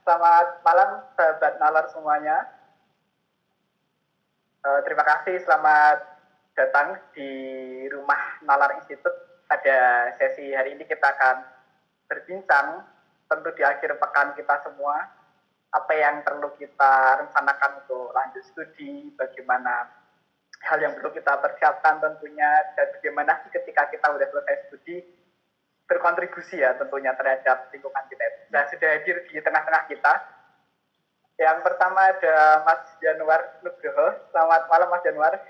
Selamat malam sahabat nalar semuanya. Terima kasih, selamat datang di rumah Nalar Institute. Pada sesi hari ini kita akan berbincang, tentu di akhir pekan kita semua, apa yang perlu kita rencanakan untuk lanjut studi, bagaimana hal yang perlu kita persiapkan tentunya, dan bagaimana sih ketika kita sudah selesai studi, berkontribusi ya tentunya terhadap lingkungan kita. Nah, sudah hadir di tengah-tengah kita. Yang pertama ada Mas Januar Nugroho. Selamat malam Mas Januar.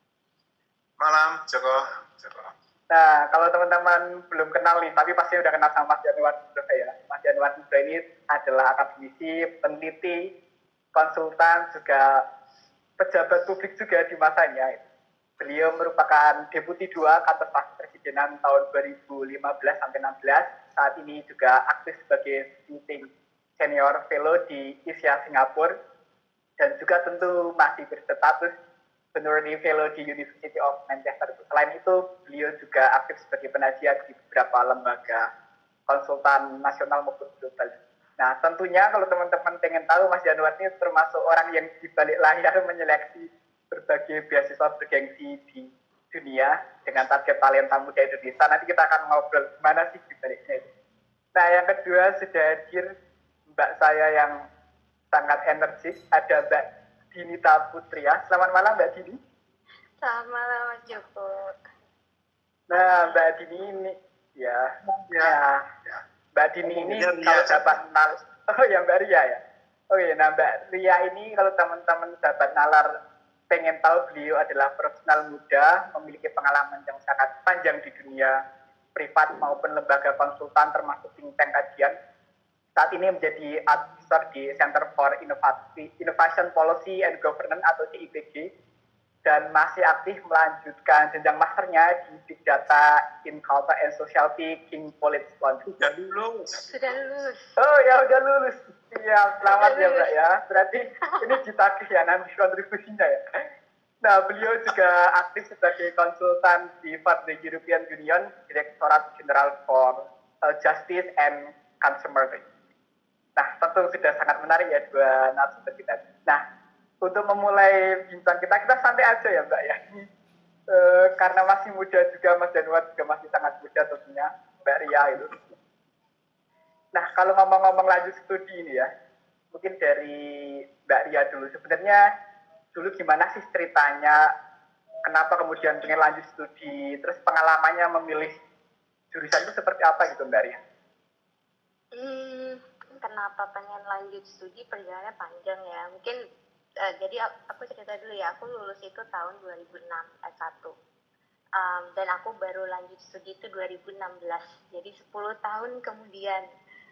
Malam, Joko. Nah, kalau teman-teman belum kenal nih, tapi pasti udah kenal sama Mas Januar Nugroho ya. Mas Januar Nugroho ini adalah akademisi, peneliti, konsultan, juga pejabat publik juga di masanya. Beliau merupakan Deputi 2 Kantor Staf Kepresidenan tahun 2015 sampai 16. Saat ini juga aktif sebagai visiting senior fellow di ISIA Singapura, dan juga tentu masih berstatus honorary fellow di University of Manchester. Selain itu, beliau juga aktif sebagai penasihat di beberapa lembaga konsultan nasional maupun global. Nah, tentunya kalau teman-teman pengen tahu, Mas Januar ini termasuk orang yang di balik layar menyeleksi berbagai beasiswa bergengsi di dunia dengan target talenta muda Indonesia. Nanti kita akan ngobrol gimana sih di baliknya itu. Nah, yang kedua sudah hadir Mbak saya yang sangat energik, ada Mbak Dinita Putria. Selamat malam Mbak Dini. Selamat malam Mas Joko. Nah, Mbak Dini ini ya. Mbak Dini ini kalau dapat nalar, oh ya Mbak Ria ya. Oke, nah Mbak Ria ini kalau teman-teman sahabat nalar pengen tahu, beliau adalah profesional muda, memiliki pengalaman yang sangat panjang di dunia privat maupun lembaga konsultan termasuk think tank kajian. Saat ini menjadi advisor di Center for Innovation Policy and Governance atau CIPG, dan masih aktif melanjutkan jenjang masternya di Big Data in Culture and Society King College London. Sudah lulus. Oh ya, udah lulus. Iya, selamat ya Mbak ya. Berarti ini ditagih ya nanti kontribusinya ya. Nah, beliau juga aktif sebagai konsultan di the European Union, Direktorat Jenderal for Justice and Consumer Rights. Nah, tentu sudah sangat menarik ya dua narasumber kita. Nah, untuk memulai bincang kita santai aja ya Mbak ya. Karena masih muda juga, Mas Januar juga masih sangat muda tentunya, Mbak Ria itu. Nah, kalau ngomong-ngomong lanjut studi ini ya, mungkin dari Mbak Ria dulu. Sebenarnya dulu gimana sih ceritanya, kenapa kemudian pengen lanjut studi, terus pengalamannya memilih jurusan itu seperti apa gitu Mbak Ria? Kenapa pengen lanjut studi, perjalanannya panjang ya. Mungkin jadi aku cerita dulu ya, aku lulus itu tahun 2006 S1. Dan aku baru lanjut studi itu 2016. Jadi 10 tahun kemudian.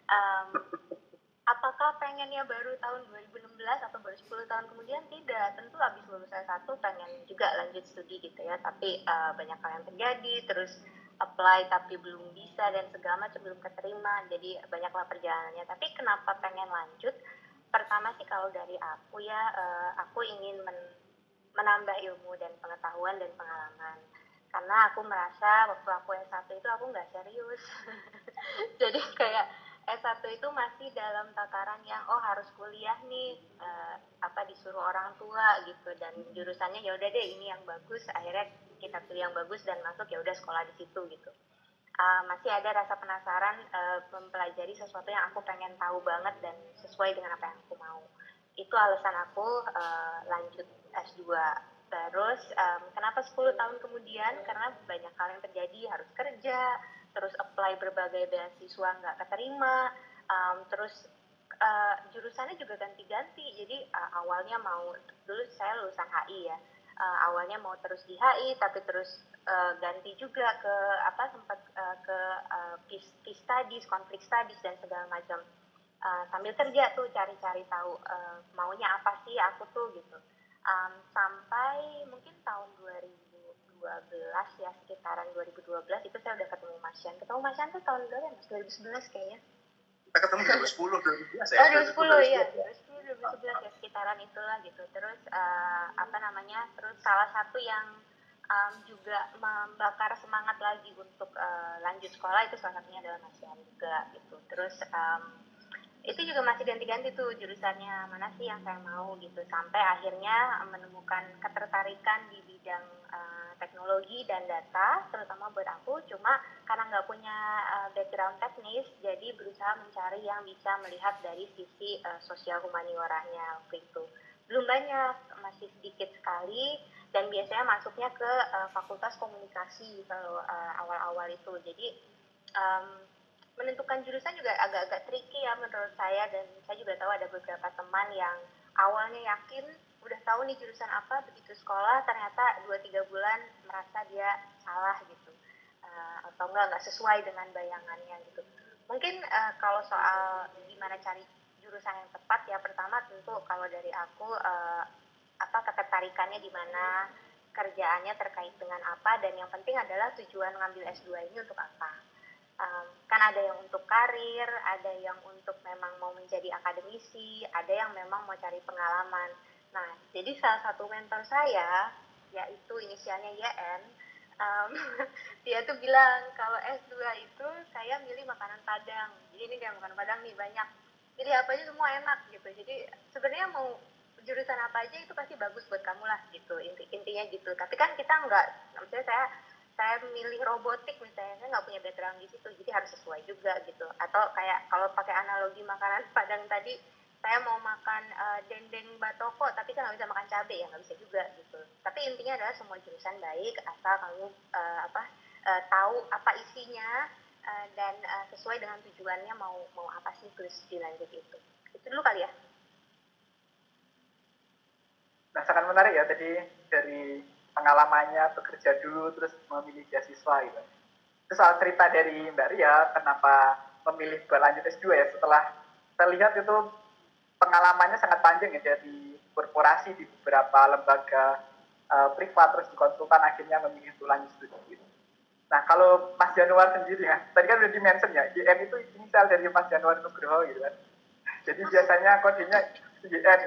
Apakah pengennya baru tahun 2016 atau baru 10 tahun kemudian? Tidak, tentu habis lulus S1 pengen juga lanjut studi gitu ya. Tapi banyak hal yang terjadi, terus apply tapi belum bisa dan segala macam, belum keterima, jadi banyaklah perjalanannya. Tapi kenapa pengen lanjut? Pertama sih kalau dari aku ya, aku ingin menambah ilmu dan pengetahuan dan pengalaman. Karena aku merasa waktu aku S1 itu aku nggak serius. Jadi kayak S1 itu masih dalam tataran yang harus kuliah nih, disuruh orang tua gitu, dan jurusannya ya udah deh ini yang bagus, akhirnya kita pilih yang bagus dan masuk, ya udah sekolah di situ gitu. Masih ada rasa penasaran mempelajari sesuatu yang aku pengen tahu banget dan sesuai dengan apa yang aku mau. Itu alasan aku lanjut S2. Terus kenapa 10 tahun kemudian? Karena banyak hal yang terjadi, harus kerja, terus apply berbagai beasiswa nggak keterima, terus jurusannya juga ganti-ganti. Jadi awalnya mau, dulu saya lulusan HI ya, awalnya mau terus di HI, tapi terus ganti juga ke sempat ke peace studies, conflict studies dan segala macam. Sambil kerja tuh cari-cari tahu maunya apa sih aku tuh gitu. Sampai mungkin tahun 2012 ya, sekitaran 2012 itu saya udah ketemu Mas Yan. Ketemu Mas Yan tuh tahun berapa ya Mas? 2011 kayaknya. Kita ketemu 2010, 2011 ya? 2010 ya, 2010, 2011 ya, sekitaran itulah gitu. Terus terus salah satu yang juga membakar semangat lagi untuk lanjut sekolah itu salah satunya adalah Mas Yan juga gitu. Terus itu juga masih ganti-ganti tuh jurusannya mana sih yang saya mau gitu, sampai akhirnya menemukan ketertarikan di bidang teknologi dan data terutama buat aku. Cuma karena nggak punya background teknis, jadi berusaha mencari yang bisa melihat dari sisi sosial humanioranya waktu itu. Belum banyak, masih sedikit sekali, dan biasanya masuknya ke fakultas komunikasi kalau awal-awal itu. Jadi menentukan jurusan juga agak-agak tricky ya menurut saya, dan saya juga tahu ada beberapa teman yang awalnya yakin udah tahu nih jurusan apa, begitu sekolah ternyata 2-3 bulan merasa dia salah gitu, atau nggak sesuai dengan bayangannya gitu. Mungkin kalau soal gimana cari jurusan yang tepat ya, pertama tentu kalau dari aku ketertarikannya di mana, kerjaannya terkait dengan apa, dan yang penting adalah tujuan ngambil S2 ini untuk apa. Kan ada yang untuk karir, ada yang untuk memang mau menjadi akademisi, ada yang memang mau cari pengalaman. Nah, jadi salah satu mentor saya, yaitu inisialnya YN, dia tuh bilang kalau S2 itu saya milih makanan Padang. Jadi ini kayak makanan Padang nih banyak, pilih apa aja semua enak gitu. Jadi sebenarnya mau jurusan apa aja itu pasti bagus buat kamu lah gitu, intinya gitu. Tapi kan kita nggak, maksudnya saya milih robotik misalnya, saya nggak punya background di situ, jadi harus sesuai juga gitu. Atau kayak kalau pakai analogi makanan Padang tadi, saya mau makan dendeng batoko tapi kan nggak bisa makan cabai, ya nggak bisa juga gitu. Tapi intinya adalah semua jurusan baik asal kamu tahu apa isinya, dan sesuai dengan tujuannya mau apa sih terus dilanjut itu dulu kali ya. Nah, sangat menarik ya tadi dari pengalamannya bekerja dulu terus memilih beasiswa gitu. Itu soal cerita dari Mbak Ria kenapa memilih berlanjut S2 ya, setelah saya lihat itu pengalamannya sangat panjang ya, dari korporasi di beberapa lembaga privat terus di konsultan akhirnya memilih untuk lanjut studi gitu. Nah, kalau Mas Januar sendiri ya, tadi kan udah di-mention ya, YN itu inisial dari Mas Januar Nugroho gitu kan. Jadi biasanya kodenya YN.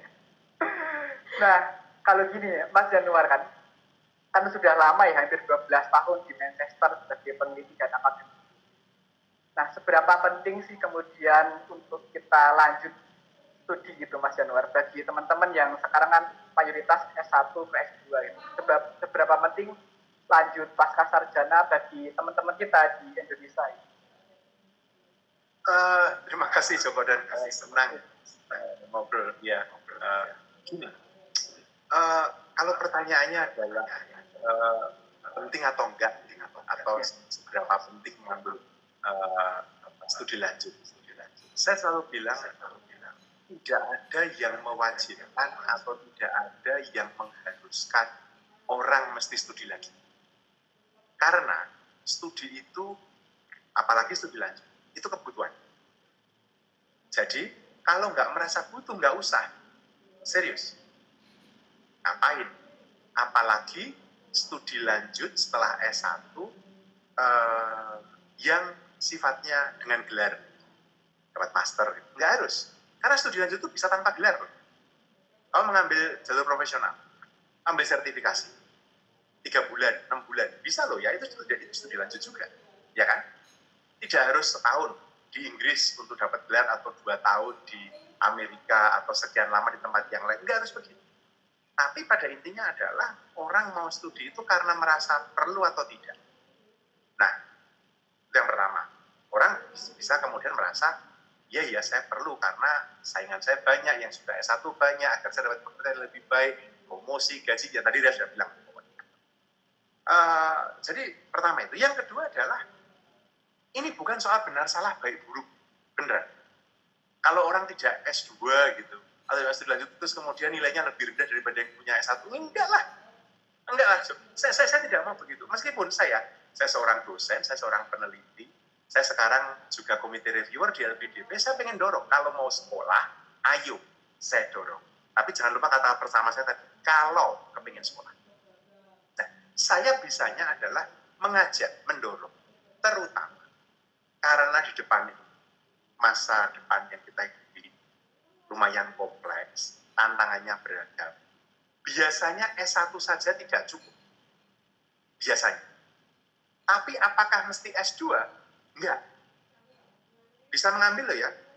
Nah, kalau gini ya, Mas Januar kan sudah lama ya, hampir 12 tahun di Manchester sebagai peneliti dan akademisi. Nah, seberapa penting sih kemudian untuk kita lanjut studi gitu Mas Januar, bagi teman-teman yang sekarang kan mayoritas S1 ke S2 gitu. Seberapa penting lanjut pasca sarjana bagi teman-teman kita di Indonesia ini? Terima kasih Joko, dan senang ngobrol ya. Gini, kalau pertanyaannya adalah penting atau enggak, atau seberapa penting mengambil studi lanjut, saya selalu bilang tidak ada yang mewajibkan atau tidak ada yang mengharuskan orang mesti studi lagi. Karena studi itu, apalagi studi lanjut, itu kebutuhan. Jadi kalau nggak merasa butuh, nggak usah. Serius. Ngapain? Apalagi studi lanjut setelah S1 yang sifatnya dengan gelar, dapat master. Nggak harus. Karena studi lanjut itu bisa tanpa gelar. Kamu mengambil jalur profesional, ambil sertifikasi, 3 bulan, 6 bulan, bisa loh ya, itu studi lanjut juga. Ya kan? Tidak harus setahun di Inggris untuk dapat gelar, atau 2 tahun di Amerika, atau sekian lama di tempat yang lain. Nggak harus begitu. Tapi pada intinya adalah orang mau studi itu karena merasa perlu atau tidak. Nah, itu yang pertama. Orang bisa kemudian merasa, ya saya perlu karena saingan saya banyak, yang sudah S1 banyak, agar saya dapat pekerjaan lebih baik, promosi, gaji, ya tadi dia sudah bilang. Jadi pertama itu. Yang kedua adalah, ini bukan soal benar salah, baik buruk, beneran. Kalau orang tidak S2 gitu, atau S2 lanjut terus kemudian nilainya lebih rendah daripada yang punya S1, enggak lah. Saya tidak mau begitu. Meskipun saya seorang dosen, saya seorang peneliti, saya sekarang juga komite reviewer di LPDP, saya pengen dorong, kalau mau sekolah, ayo, saya dorong. Tapi jangan lupa kata pertama saya tadi, kalau kepingin sekolah. Nah, saya bisanya adalah mengajak, mendorong, terutama karena di depan ini, masa depan yang kita hidupi lumayan kompleks, tantangannya beragam. Biasanya S1 saja tidak cukup. Biasanya. Tapi apakah mesti S2? Enggak. Bisa mengambil loh ya,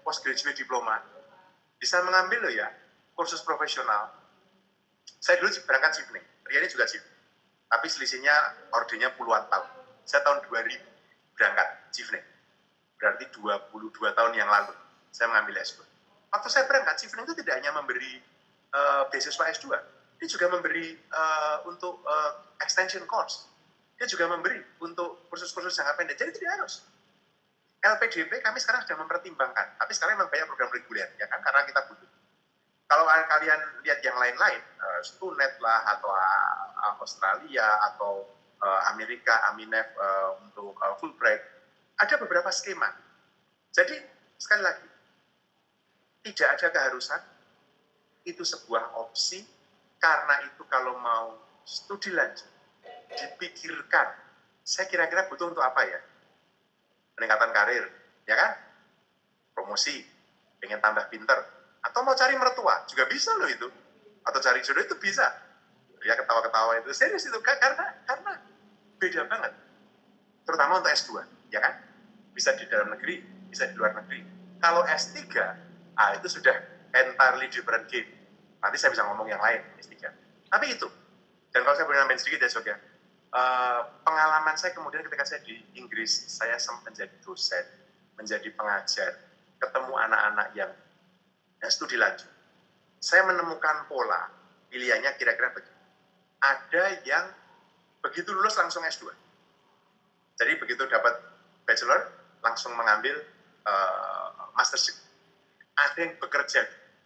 postgraduate diploma, bisa mengambil loh ya, kursus profesional. Saya dulu berangkat shifting, Ria ini juga shifting. Tapi selisihnya ordernya puluhan tahun. Saya tahun 2000 berangkat shifting. Berarti 22 tahun yang lalu, saya mengambil S2. Waktu saya berangkat, shifting itu tidak hanya memberi beasiswa S2, dia juga memberi untuk extension course. Dia juga memberi untuk kursus-kursus jangka pendek. Jadi tidak harus. LPDP kami sekarang sudah mempertimbangkan, tapi sekarang memang banyak program reguler, ya kan, karena kita butuh. Kalau kalian lihat yang lain-lain, Stunet lah, atau Australia, atau Amerika, Aminef untuk Fulbright, ada beberapa skema. Jadi, sekali lagi, tidak ada keharusan, itu sebuah opsi, karena itu kalau mau studi lanjut, dipikirkan, saya kira-kira butuh untuk apa ya? Peningkatan karir, ya kan? Promosi, pengen tambah pinter, atau mau cari mertua, juga bisa loh itu. Atau cari jodoh itu bisa. Ya ketawa-ketawa itu, serius itu, karena beda banget. Terutama untuk S2, ya kan? Bisa di dalam negeri, bisa di luar negeri. Kalau S3, itu sudah entirely different game. Nanti saya bisa ngomong yang lain, S3. Tapi itu, dan kalau saya boleh nambahin sedikit ya, Jok ya, pengalaman saya kemudian ketika saya di Inggris, saya sempat menjadi dosen, menjadi pengajar, ketemu anak-anak yang studi lanjut. Saya menemukan pola, pilihannya kira-kira begini. Ada yang begitu lulus langsung S2. Jadi begitu dapat bachelor, langsung mengambil mastership. Ada yang bekerja.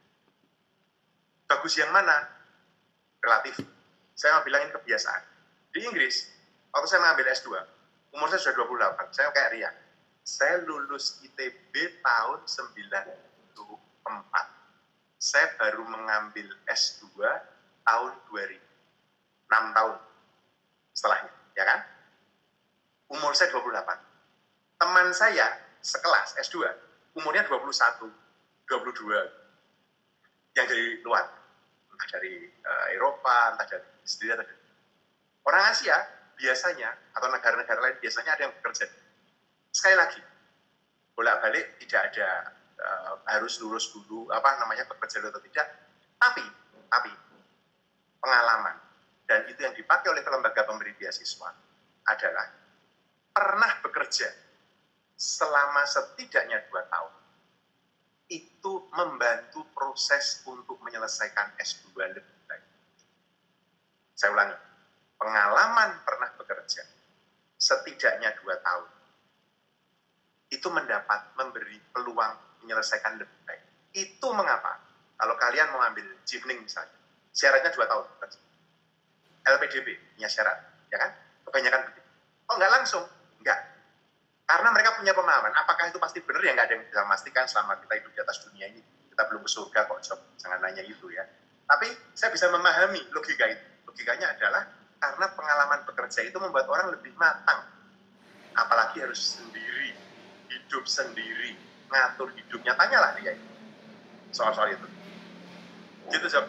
Bagus yang mana? Relatif. Saya mau bilangin kebiasaan. Di Inggris, waktu saya mengambil S2, umur saya sudah 28, saya kayak Ria. Saya lulus ITB tahun 94. Saya baru mengambil S2 tahun 2000. 6 tahun setelahnya, ya kan? Umur saya 28. Teman saya sekelas S2, umurnya 21, 22. Yang dari luar, entah dari Eropa, entah dari sendiri, atau dari orang Asia biasanya, atau negara-negara lain biasanya ada yang bekerja. Sekali lagi, bolak-balik tidak ada harus lulus dulu, bekerja dulu atau tidak. Tapi pengalaman, dan itu yang dipakai oleh lembaga pemberi beasiswa adalah pernah bekerja selama setidaknya 2 tahun. Itu membantu proses untuk menyelesaikan S2 lebih baik. Saya ulangi. Pengalaman pernah bekerja setidaknya 2 tahun itu memberi peluang menyelesaikan lebih baik. Itu mengapa kalau kalian mau ambil Jivning misalnya, syaratnya 2 tahun bekerja. LPDP punya syarat, ya kan? Kebanyakan begitu. Oh, nggak langsung? Nggak. Karena mereka punya pemahaman, apakah itu pasti benar, ya nggak ada yang bisa memastikan selama kita hidup di atas dunia ini. Kita belum ke surga kok, jangan nanya itu ya. Tapi saya bisa memahami logika itu. Logikanya adalah karena pengalaman bekerja itu membuat orang lebih matang. Apalagi harus sendiri, hidup sendiri, ngatur hidupnya. Tanyalah dia itu. Soal-soal itu. Gitu, Sob.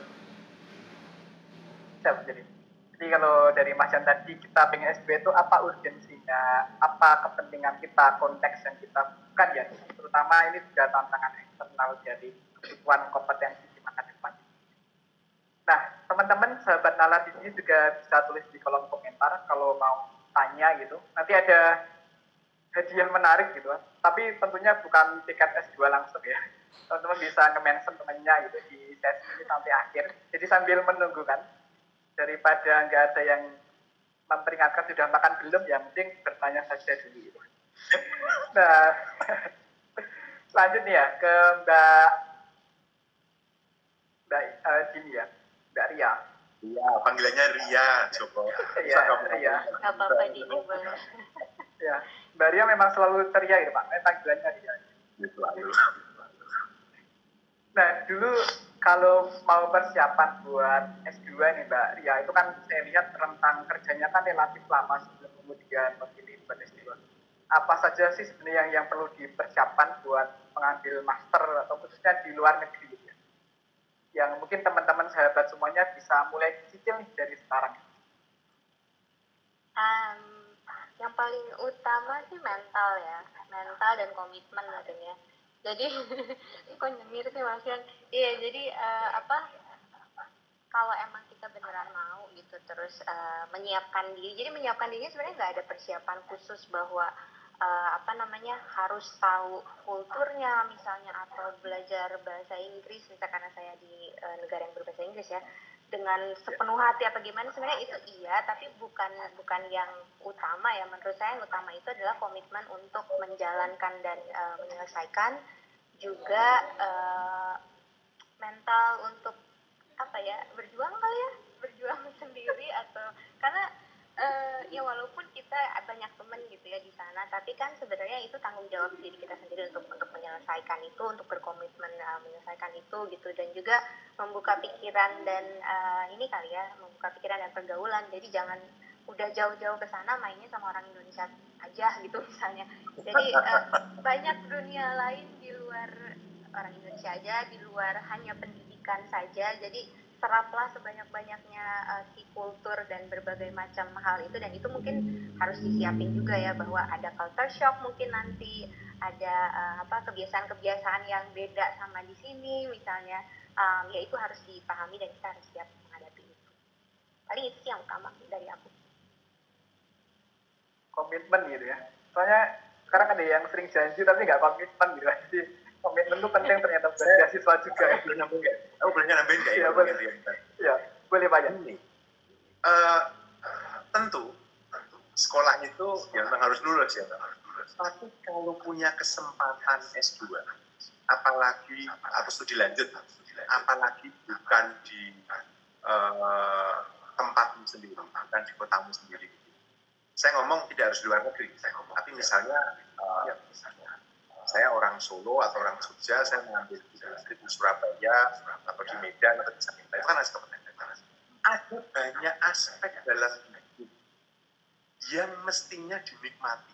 Jadi kalau dari Mas Jan tadi, kita pengen S2 itu apa urgensinya, apa kepentingan kita, konteks yang kita bukan ya. Terutama ini juga tantangan eksternal dari kebutuhan kompetensi di masa depan. Nah, teman-teman sahabat Nalar di sini juga bisa tulis di kolom komentar kalau mau tanya gitu. Nanti ada hadiah menarik gitu kan. Tapi tentunya bukan tiket S2 langsung ya. Teman-teman bisa nge-mention temennya gitu di sesi ini sampai akhir. Jadi sambil menunggu kan, daripada nggak ada yang memperingatkan sudah makan belum, yang penting bertanya saja dulu gitu. Nah, selanjutnya ya ke Mbak Dini ya. Mbak Ria. Iya, panggilannya Ria, Joko. Iya, Ria. Apa-apa Dini boleh. Ya, Mbak Ria memang selalu ceria gitu Pak. Panggilannya Ria. Selalu. Nah, dulu kalau mau persiapan buat S2 nih Mbak Ria, itu kan saya lihat rentang kerjanya kan relatif lama sebelum kemudian memilih buat S2. Apa saja sih sebenarnya yang perlu dipersiapkan buat mengambil master atau khususnya di luar negeri gitu ya? Yang mungkin teman-teman sahabat semuanya bisa mulai cicil nih dari sekarang. Yang paling utama sih mental ya, mental dan komitmen tentunya. Jadi kok nyemir sih Mas Yan? Iya, jadi kalau emang kita beneran mau gitu terus menyiapkan diri. Jadi menyiapkan diri sebenarnya nggak ada persiapan khusus bahwa harus tahu kulturnya misalnya atau belajar bahasa Inggris misalnya karena saya di negara yang berbahasa Inggris ya dengan sepenuh hati apa gimana sebenarnya itu iya tapi bukan yang utama ya menurut saya yang utama itu adalah komitmen untuk menjalankan dan menyelesaikan juga mental untuk berjuang kali ya berjuang sendiri atau karena ya walaupun kita banyak temen gitu ya di sana tapi kan sebenarnya itu tanggung jawab diri kita sendiri untuk menyelesaikan itu untuk berkomitmen menyelesaikan itu gitu dan juga membuka pikiran dan ini kali ya membuka pikiran dan pergaulan jadi jangan udah jauh-jauh ke sana mainnya sama orang Indonesia aja gitu misalnya jadi banyak dunia lain di luar orang Indonesia aja di luar hanya pendidikan saja jadi seraplah sebanyak-banyaknya si kultur dan berbagai macam hal itu dan itu mungkin harus disiapin juga ya bahwa ada culture shock mungkin nanti ada kebiasaan-kebiasaan yang beda sama di sini misalnya ya itu harus dipahami dan kita harus siap menghadapi itu paling itu sih yang utama dari aku komitmen gitu ya soalnya sekarang ada yang sering janji tapi nggak komitmen gitu jadi komitmen itu penting ternyata buat beasiswa juga ya. Boleh nambahin nggak? Aku boleh nambahin nggak ya? Iya, boleh Pak. Ini, tentu sekolah itu ya memang harus lulus ya. Tapi kalau punya kesempatan S2, apalagi atau studi lanjut, apalagi bukan di tempatmu sendiri, bukan di kotamu sendiri. Saya ngomong tidak harus di luar negeri, tapi misalnya saya orang Solo atau orang Jogja, saya mengambil di Surabaya atau di Medan atau di Jakarta, itu kan aspek ada banyak aspek dalam hidup yang mestinya dinikmati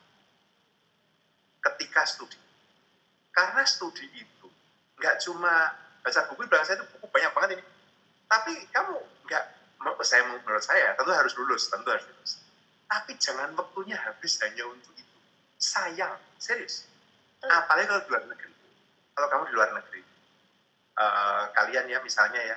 ketika studi. Karena studi itu nggak cuma baca buku, bilang saya itu buku banyak banget ini. Tapi kamu nggak, menurut saya tentu harus lulus. Tapi jangan waktunya habis hanya untuk itu. Sayang, serius. Apalagi kalau di luar negeri. Kalau kamu di luar negeri, kalian ya misalnya ya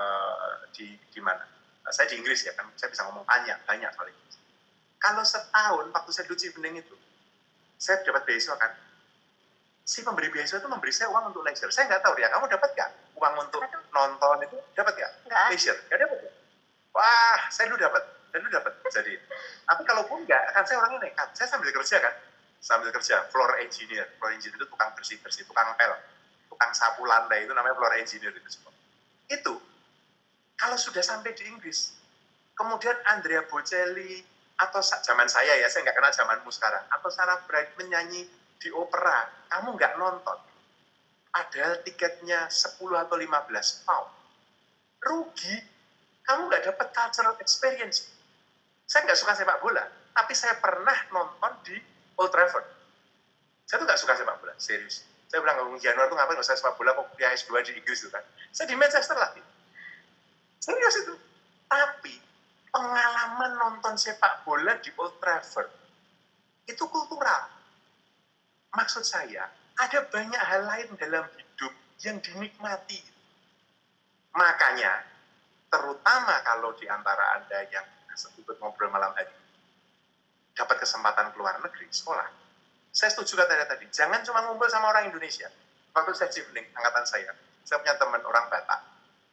di mana? Saya di Inggris ya kan, saya bisa ngomong banyak soal Inggris. Kalau setahun waktu saya duduk Cibeneng itu, saya dapat beasiswa kan. Si pemberi beasiswa itu memberi saya uang untuk leisure. Saya nggak tahu dia, kamu dapat nggak uang untuk nonton itu? Dapat nggak? Leisure? Nggak dapat ya? Wah, saya dulu dapat. Jadi, tapi kalaupun nggak, kan saya orangnya nekat. Saya sambil kerja kan, floor engineer itu tukang bersih, tukang pel, tukang sapu lantai itu namanya floor engineer itu semua. Itu kalau sudah sampai di Inggris, kemudian Andrea Bocelli atau zaman saya ya, saya nggak kenal zamanmu sekarang, atau Sarah Bright menyanyi di opera, kamu nggak nonton, ada tiketnya 10 atau 15 pound, rugi, kamu nggak dapat cultural experience. Saya nggak suka sepak bola, tapi saya pernah nonton di Old Trafford. Saya tuh nggak suka sepak bola, serius. Saya bilang, ngomong Januar tuh ngapain nggak usah sepak bola, kok kuliah S2 di Inggris itu kan. Saya di Manchester lagi. Serius itu. Tapi pengalaman nonton sepak bola di Old Trafford itu kultural. Maksud saya, ada banyak hal lain dalam hidup yang dinikmati. Makanya, terutama kalau di antara Anda yang ikut ngobrol malam hari, dapat kesempatan keluar negeri, sekolah. Saya setuju katanya tadi, jangan cuma ngumpul sama orang Indonesia. Waktu saya Cibeneng, angkatan saya punya teman orang Batak.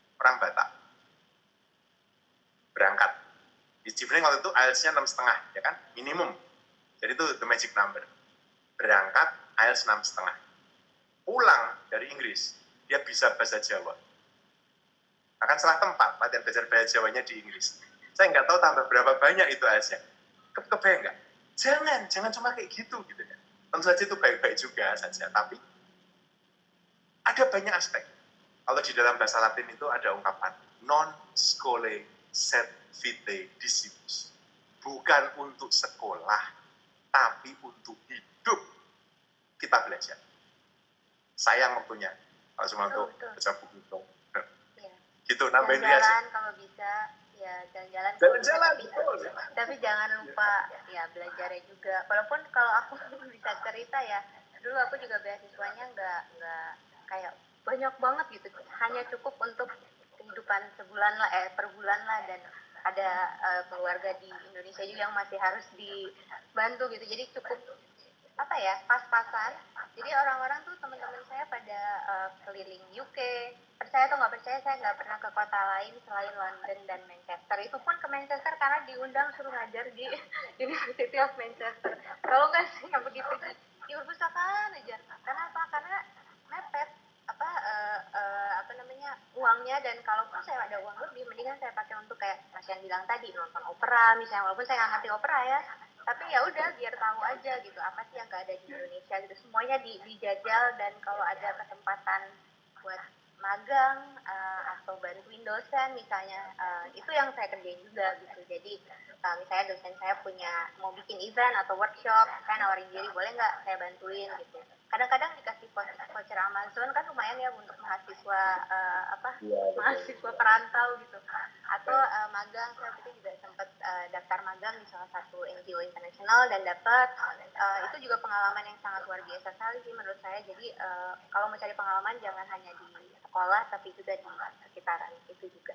Berangkat. Di Cibeneng waktu itu IELTS-nya 6,5, ya kan? Minimum. Jadi itu the magic number. Berangkat, IELTS 6,5. Pulang dari Inggris, dia bisa bahasa Jawa. Akan salah tempat, latihan belajar bahasa Jawanya di Inggris. Saya nggak tahu tambah berapa banyak itu IELTS-nya. Kebayang nggak? Jangan cuma kayak gitu ya. Tentu saja itu baik-baik juga saja, tapi ada banyak aspek. Kalau di dalam bahasa Latin itu ada ungkapan non scholae sed vitae discipus. Bukan untuk sekolah, tapi untuk hidup kita belajar. Sayang waktunya, kalau cuma untuk baca buku itu. Gitu, nambahin jalan kalau bisa. Ya jalan-jalan tapi jangan lupa ya belajarnya juga walaupun kalau aku bisa cerita ya dulu aku juga beasiswanya nggak kayak banyak banget gitu, hanya cukup untuk kehidupan sebulan lah, per bulan lah, dan ada keluarga di Indonesia juga yang masih harus dibantu gitu, jadi cukup apa ya, pas-pasan. Jadi orang-orang tuh, teman-teman saya pada keliling UK, percaya atau nggak percaya, saya nggak pernah ke kota lain selain London dan Manchester. Itu pun ke Manchester karena diundang suruh ngajar di University of Manchester. Kalau nggak sih yang begitu di perpustakaan aja. Karena apa? Karena mepet apa namanya, uangnya, dan kalaupun saya ada uang lebih, mendingan saya pakai untuk kayak Mas Yan bilang tadi, nonton opera misalnya, walaupun saya nggak ngerti opera ya, tapi ya udah biar tahu aja gitu apa sih yang nggak ada di Indonesia gitu, semuanya dijajal. Dan kalau ada kesempatan buat magang atau bantuin dosen misalnya, itu yang saya kerjain juga gitu. Jadi misalnya dosen saya mau bikin event atau workshop, saya nawarin diri, boleh nggak saya bantuin gitu. Kadang-kadang dikasih voucher Amazon kan lumayan ya untuk mahasiswa mahasiswa perantau gitu. Atau magang, saya waktu itu juga sempat daftar magang di salah satu NGO internasional dan dapat. Itu juga pengalaman yang sangat luar biasa sekali sih menurut saya. Jadi kalau mau cari pengalaman jangan hanya di sekolah, tapi juga di sekitaran itu juga.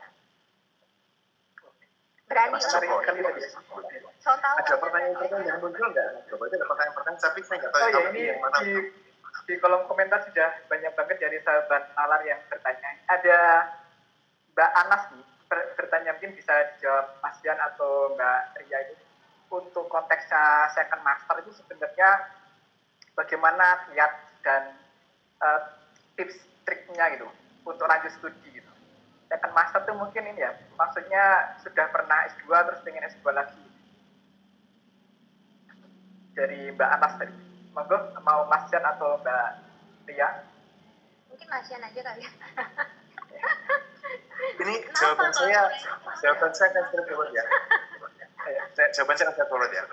Berani lah. So tahu. Ada pertanyaan yang muncul nggak? Coba itu ada pertanyaan, tapi saya nggak tahu. Oh ya, ini di kolom komentar sudah banyak banget dari sahabat nalar yang bertanya. Ada Mbak Anas nih bertanya, mungkin bisa dijawab Mas Jan atau Mbak Ria itu. Untuk konteksnya second master itu sebenarnya bagaimana niat dan tips triknya gitu untuk lanjut studi gitu. Second master itu mungkin ini ya, maksudnya sudah pernah S2 terus pengen S2 lagi. Dari Mbak Anas tadi. Monggo, mau Mas Jan atau Mbak Ria? Mungkin Mas Jan aja kali ya. Ini jawaban saya akan straightforward ya. Jawaban saya akan straightforward ya.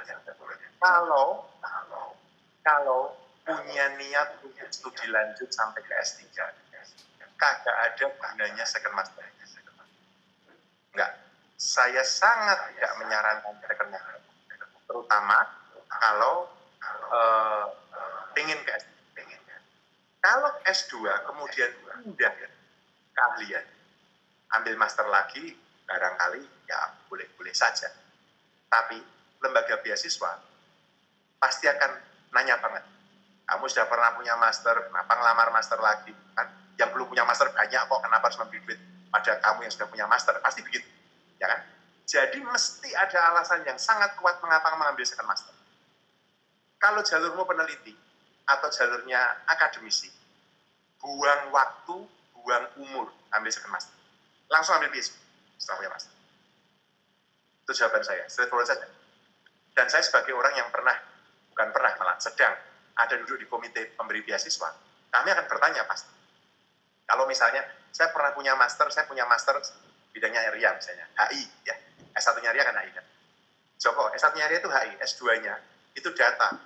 Kalau punya niat untuk studi lanjut sampai ke S3, kagak ada gunanya second master. Enggak. Saya sangat tidak menyarankan second master. Terutama kalau pengen ke S3. Kalau S2 kemudian udah keahlian, ambil master lagi, barangkali ya boleh-boleh saja. Tapi lembaga beasiswa pasti akan nanya banget. Kamu sudah pernah punya master, kenapa ngelamar master lagi? Kan yang belum punya master banyak kok, kenapa harus memberi duit pada kamu yang sudah punya master? Pasti begitu, ya kan? Jadi mesti ada alasan yang sangat kuat mengapa mengambil second master. Kalau jalurmu peneliti atau jalurnya akademisi, buang waktu, buang umur, ambil second master. Langsung ambil PhD setelah punya master. Itu jawaban saya, straightforward saja. Dan saya sebagai orang yang malah sedang ada duduk di komite pemberi beasiswa, kami akan bertanya pasti. Kalau misalnya saya punya master bidangnya RIA misalnya, HI ya, S1-nya RIA kan HI kan. Joko, S1-nya RIA itu HI, S2-nya itu data.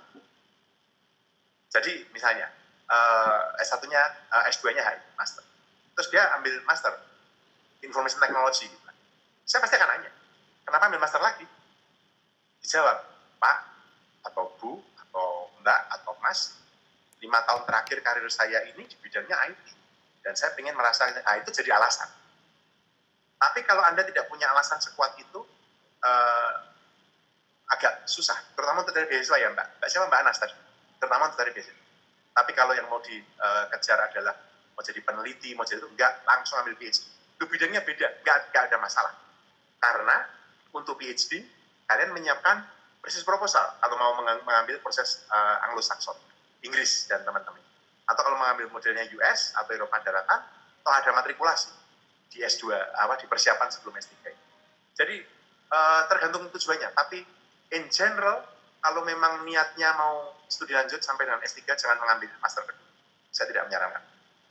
Jadi misalnya S1-nya, S2-nya HI, master. Terus dia ambil master information technology. Saya pasti akan nanya, kenapa ambil master lagi? Dijawab, Pak, atau Bu, atau Mbak, atau Mas, 5 tahun terakhir karir saya ini di bidangnya IT. Dan saya ingin merasakan, itu jadi alasan. Tapi kalau Anda tidak punya alasan sekuat itu, agak susah. Terutama untuk dari beasiswa ya Mbak. Mbak siapa Mbak Anas tadi? Terutama untuk dari beasiswa. Tapi kalau yang mau dikejar adalah mau jadi peneliti, mau jadi itu, enggak, langsung ambil PhD. Itu bidangnya beda, enggak ada masalah. Karena untuk PhD, kalian menyiapkan proses proposal atau mau mengambil proses Anglo-Saxon, Inggris dan teman-teman. Atau kalau mengambil modelnya US atau Eropa Daratan, atau ada matrikulasi di S2, di persiapan sebelum S3. Jadi tergantung tujuannya, tapi in general, kalau memang niatnya mau studi lanjut sampai dengan S3, jangan mengambil master kedua. Saya tidak menyarankan.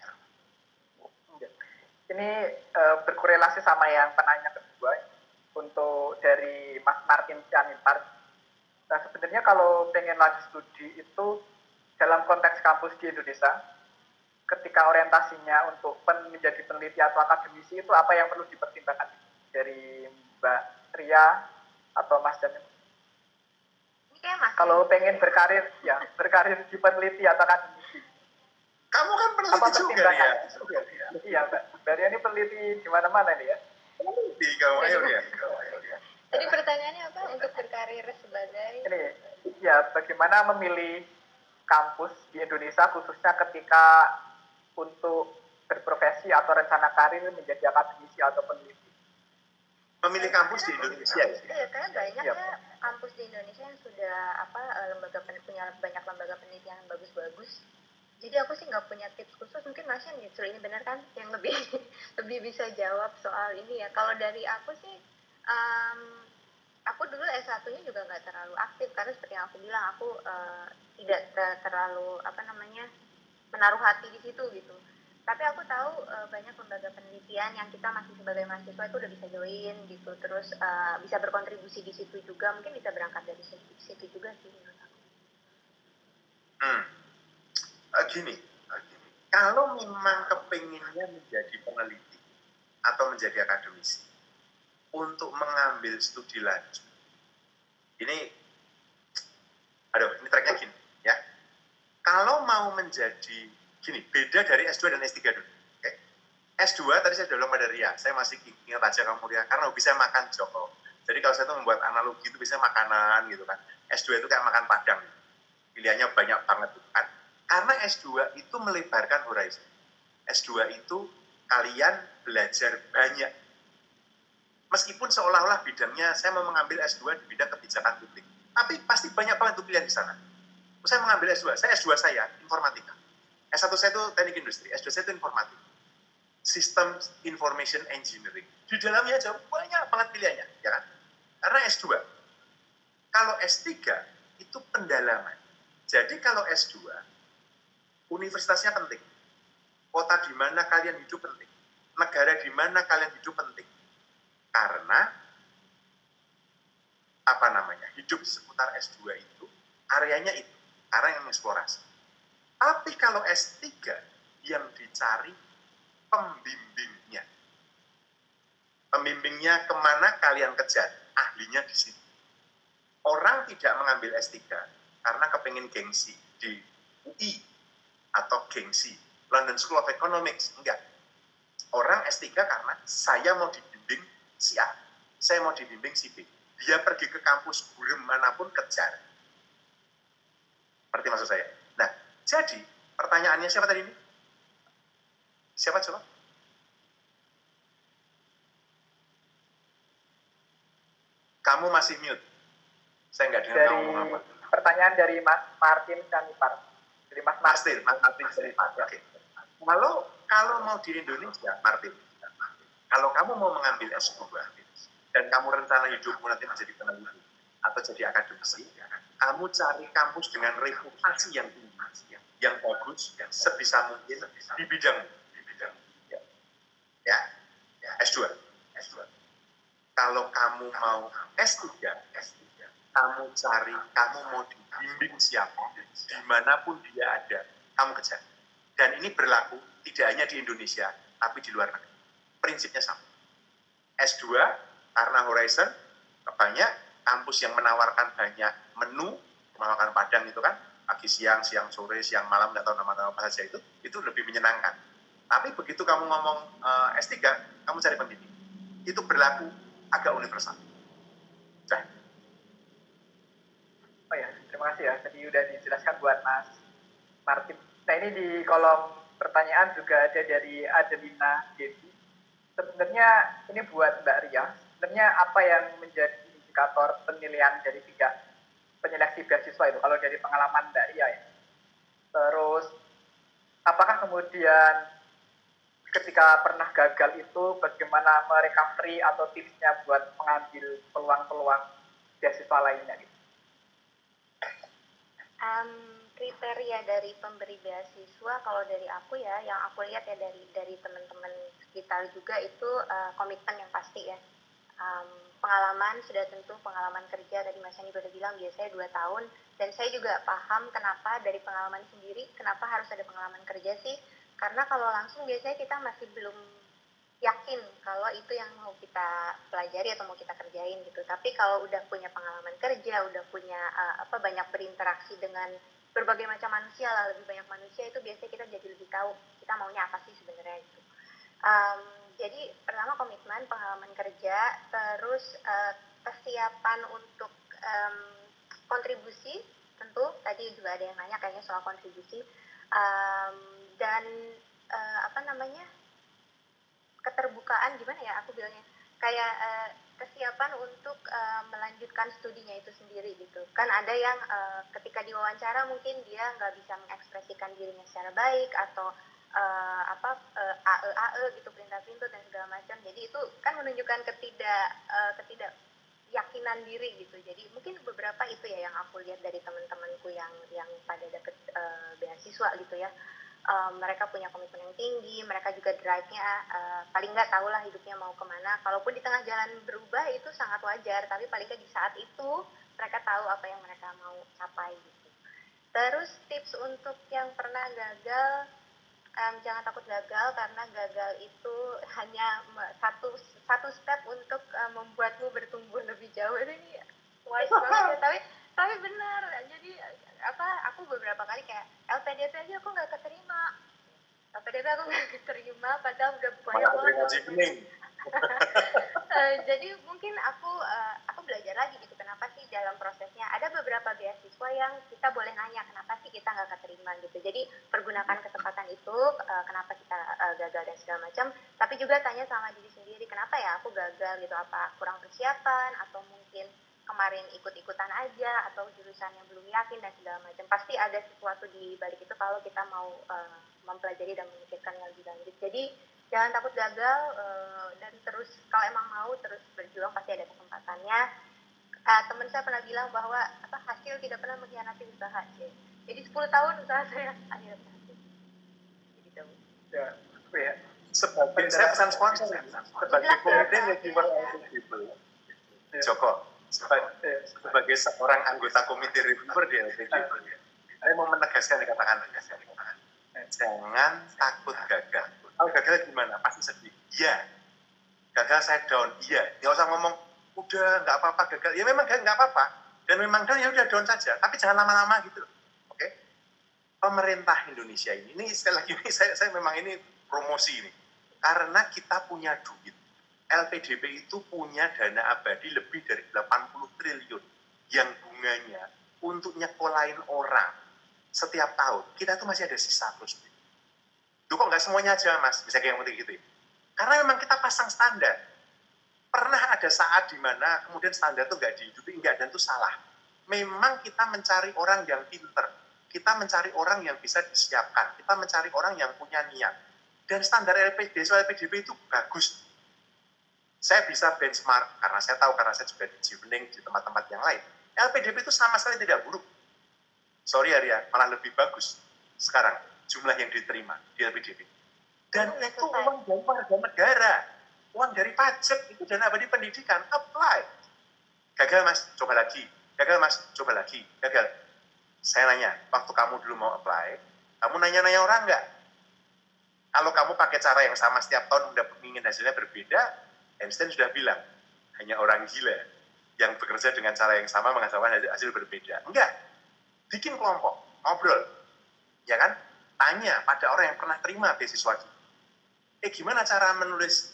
Ini berkorelasi sama yang penanya kedua, untuk dari Mas Martin Cianipar. Nah, sebenarnya kalau pengen lanjut studi itu dalam konteks kampus di Indonesia, ketika orientasinya untuk menjadi peneliti atau akademisi, itu apa yang perlu dipertimbangkan dari Mbak Ria atau Mas Jan? Ini Mas. Kalau pengen berkarir di peneliti atau akademisi. Kamu kan peneliti juga ya. Iya, Mbak. Mbak Ria ini peneliti di mana-mana nih ya. Peneliti kamu ayo ya. Jadi pertanyaannya apa untuk berkarir sebagai? Ini, ya bagaimana memilih kampus di Indonesia khususnya ketika untuk berprofesi atau rencana karir menjadi akademisi atau peneliti. Memilih kampus di Indonesia. Iya, karena banyak ya kampus di Indonesia yang sudah punya banyak lembaga penelitian yang bagus-bagus. Jadi aku sih nggak punya tips khusus, mungkin Masnya justru ini benar kan yang lebih lebih bisa jawab soal ini ya. Kalau dari aku sih, aku dulu S1-nya juga nggak terlalu aktif karena seperti yang aku bilang aku tidak terlalu menaruh hati di situ gitu. Tapi aku tahu banyak lembaga penelitian yang kita masih sebagai mahasiswa itu udah bisa join gitu, terus bisa berkontribusi di situ juga, mungkin bisa berangkat dari situ juga sih menurut aku. Gini, kalau memang kepinginnya menjadi peneliti atau menjadi akademisi untuk mengambil studi lanjut, ini tracknya gini ya. Kalau mau menjadi gini, beda dari S2 dan S3 dulu. Okay. S2 tadi saya udah bilang pada Ria, saya masih ingat aja kamu Ria, karena hobi saya makan joko. Jadi kalau saya tuh membuat analogi itu biasanya makanan gitu kan. S2 itu kayak makan padang, pilihannya banyak banget gitu kan. Karena S2 itu melebarkan horizon. S2 itu kalian belajar banyak. Meskipun seolah-olah bidangnya saya mau mengambil S2 di bidang kebijakan publik, tapi pasti banyak banget pilihan di sana. Saya mengambil S2, S2 saya informatika. S1 saya itu teknik industri, S2 saya itu informatika. System Information Engineering. Di dalamnya aja banyak banget pilihannya, ya kan? Karena S2. Kalau S3 itu pendalaman. Jadi kalau S2, universitasnya penting. Kota di mana kalian hidup penting. Negara di mana kalian hidup penting. Karena hidup di seputar S2 itu areanya itu, area yang eksplorasi. Tapi kalau S3 yang dicari pembimbingnya. Pembimbingnya kemana kalian kejar, ahlinya di situ. Orang tidak mengambil S3 karena kepengen gengsi di UI atau gengsi London School of Economics, enggak. Orang S3 karena saya mau dibimbing si A, saya mau dibimbing si B. Dia pergi ke kampus burem manapun kejar. Seperti maksud saya. Nah, jadi pertanyaannya siapa tadi ini? Siapa coba? Kamu masih mute. Saya nggak dengar kamu ngomong apa. Pertanyaan dari Mas Martin Sanipar. Dari Mas Martin. Mas Martin Sanipar. Oke. Kalau mau di Indonesia, Martin, kalau kamu mau mengambil S2 dan kamu rencana hidupmu nanti menjadi peneliti atau jadi akademisi, kamu cari kampus dengan reputasi yang tinggi, yang bagus, sebisa mungkin di bidang ya, S2. Kalau kamu mau S3, kamu cari, kamu mau dibimbing siapa, dimanapun dia ada, kamu kejar. Dan ini berlaku tidak hanya di Indonesia, tapi di luar negeri. Prinsipnya sama. S2, karena horizon, banyak kampus yang menawarkan banyak menu, menawarkan padang itu kan, pagi, siang, sore, siang, malam, nggak tahu nama-nama apa saja itu lebih menyenangkan. Tapi begitu kamu ngomong S3, kamu cari pembimbing. Itu berlaku agak universal. Nah. Oh ya, terima kasih ya. Tadi udah dijelaskan buat Mas Martin. Nah ini di kolom pertanyaan juga ada dari Adelina Devi. Sebenarnya ini buat Mbak Ria. Sebenarnya apa yang menjadi indikator penilaian dari 3 penyeleksi beasiswa itu? Kalau dari pengalaman Mbak Ria ya. Terus apakah kemudian ketika pernah gagal itu bagaimana merecovery atau tipsnya buat mengambil peluang-peluang beasiswa lainnya gitu? Kriteria dari pemberi beasiswa kalau dari aku ya, yang aku lihat ya dari teman-teman sekitar juga itu komitmen yang pasti ya. Pengalaman sudah tentu pengalaman kerja, tadi Mas Yani udah bilang biasanya 2 tahun, dan saya juga paham kenapa dari pengalaman sendiri kenapa harus ada pengalaman kerja sih, karena kalau langsung biasanya kita masih belum yakin kalau itu yang mau kita pelajari atau mau kita kerjain gitu. Tapi kalau udah punya pengalaman kerja, udah punya banyak berinteraksi dengan berbagai macam manusia lah, lebih banyak manusia, itu biasanya kita jadi lebih tahu kita maunya apa sih sebenarnya gitu. Jadi pertama komitmen, pengalaman kerja, terus kesiapan untuk kontribusi, tentu tadi juga ada yang nanya kayaknya soal kontribusi, dan keterbukaan, gimana ya aku bilangnya, kayak kesiapan untuk melanjutkan studinya itu sendiri gitu. Kan ada yang ketika diwawancara mungkin dia nggak bisa mengekspresikan dirinya secara baik, atau AE gitu, perintah pintu dan segala macam. Jadi itu kan menunjukkan ketidak yakinan diri gitu. Jadi mungkin beberapa itu ya yang aku lihat dari teman-temanku yang pada dapet beasiswa gitu ya. Mereka punya komitmen yang tinggi, mereka juga drive-nya paling nggak tahu lah hidupnya mau kemana. Kalaupun di tengah jalan berubah itu sangat wajar, tapi paling nggak di saat itu mereka tahu apa yang mereka mau capai gitu. Terus tips untuk yang pernah gagal, jangan takut gagal, karena gagal itu hanya satu step untuk membuatmu bertumbuh lebih jauh. Ini wise banget ya, tapi benar. Jadi aku beberapa kali kayak LPDP aja aku nggak keterima, padahal udah banyak banget. Jadi mungkin aku belajar lagi gitu, kenapa sih dalam prosesnya ada beberapa beasiswa yang kita boleh nanya kenapa sih kita nggak keterima gitu. Jadi pergunakan kesempatan itu, kenapa kita gagal dan segala macam, tapi juga tanya sama diri sendiri, kenapa ya aku gagal gitu, apa kurang persiapan, atau mungkin kemarin ikut-ikutan aja, atau jurusan yang belum yakin dan segala macam. Pasti ada sesuatu di balik itu kalau kita mau mempelajari dan memikirkan yang lebih lanjut. Jadi jangan takut gagal, dan terus kalau emang mau terus berjuang pasti ada kesempatannya. Teman saya pernah bilang bahwa hasil tidak pernah mengkhianati usaha. Jadi 10 tahun usaha saya akhirnya berhasil. Gitu. Ya. Sebagai saya pesan sponsor sebagai komite reviewer LPDP, Joko, sebagai seorang anggota komite reviewer di LPDP, saya mau menegaskan dikatakan jangan takut gagal. Kalau gagal gimana? Pasti sedih. Iya. Gagal saya down. Iya. Nggak usah ngomong udah nggak apa-apa gagal. Ya memang nggak apa-apa. Dan memang down ya udah down saja. Tapi jangan lama-lama gitu loh. Oke? Pemerintah Indonesia ini sekali lagi ini saya memang ini promosi ini. Karena kita punya duit. LPDP itu punya dana abadi lebih dari 80 triliun yang bunganya untuk nyekolahin orang setiap tahun. Kita tuh masih ada sisa terus. Duh kok nggak semuanya aja mas, bisa kayak yang penting gitu ya. Karena memang kita pasang standar. Pernah ada saat di mana kemudian standar tuh nggak dihidupi, enggak, dan itu salah. Memang kita mencari orang yang pinter, kita mencari orang yang bisa disiapkan, kita mencari orang yang punya niat. Dan standar LPDP itu bagus. Saya bisa benchmark, karena saya tahu, karena saya juga di Jivening, di tempat-tempat yang lain. LPDP itu sama sekali tidak buruk. Sorry Arya, malah lebih bagus sekarang jumlah yang diterima di LPDP. Dan itu uang dari warga negara, uang dari pajak, itu dana abadi pendidikan, apply. Gagal mas, coba lagi. Gagal mas, coba lagi. Gagal. Saya nanya, waktu kamu dulu mau apply, kamu nanya-nanya orang nggak? Kalau kamu pakai cara yang sama setiap tahun, udah ingin hasilnya berbeda, Einstein sudah bilang, hanya orang gila yang bekerja dengan cara yang sama menghasilkan hasil berbeda. Enggak. Bikin kelompok, ngobrol. Ya kan? Tanya pada orang yang pernah terima beasiswa itu. Gimana cara menulis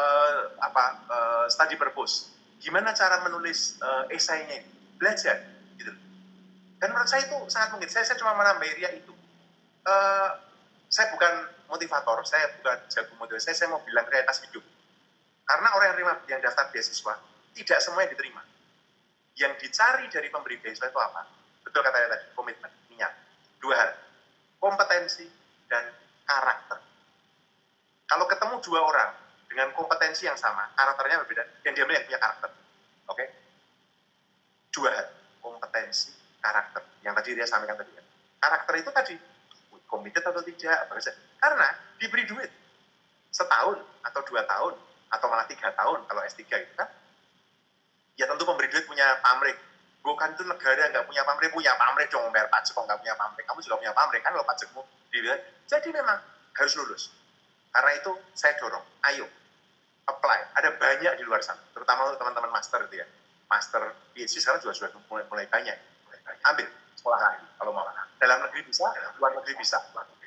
study purpose? Gimana cara menulis esainya? Belajar. Gitu. Dan menurut saya itu sangat mungkin. Saya cuma menambah area itu. Saya bukan motivator, saya bukan jago motivasi. Saya mau bilang realitas hidup. Karena orang yang daftar beasiswa, tidak semuanya diterima. Yang dicari dari pemberi beasiswa itu apa? Betul katanya tadi, komitmen, niat. Dua hal, kompetensi dan karakter. Kalau ketemu dua orang dengan kompetensi yang sama, karakternya berbeda, yang dia yang punya karakter. Oke? Dua hal, kompetensi, karakter. Yang tadi dia sampaikan tadi. Karakter itu tadi, komited atau tidak, karena diberi duit setahun atau 2 tahun atau malah 3 tahun kalau S3 gitu kan, ya tentu pemberi duit punya pamrih. Bukan itu negara nggak punya pamrih dong, bayar pajak kok nggak punya pamrih, kamu juga punya pamrih kan kalau pajakmu dibilang. Jadi memang harus lulus. Karena itu saya dorong, ayo apply. Ada banyak di luar sana, terutama untuk teman-teman master itu ya. Master PhD sekarang juga sudah mulai banyak. Ambil sekolah lain kalau mau. Dalam negeri bisa, luar negeri bisa.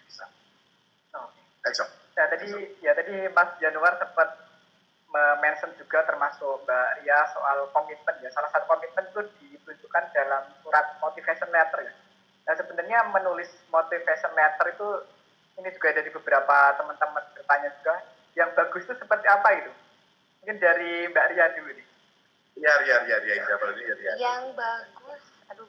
Ayo. Tadi Mas Januar sempat mention juga termasuk Mbak Ria soal komitmen ya. Salah satu komitmen itu ditunjukkan dalam surat motivation letter ya. Nah sebenarnya menulis motivation letter itu ini juga dari beberapa teman-teman bertanya juga, yang bagus itu seperti apa itu? Mungkin dari Mbak Ria dulu nih. Ria. Yang bagus,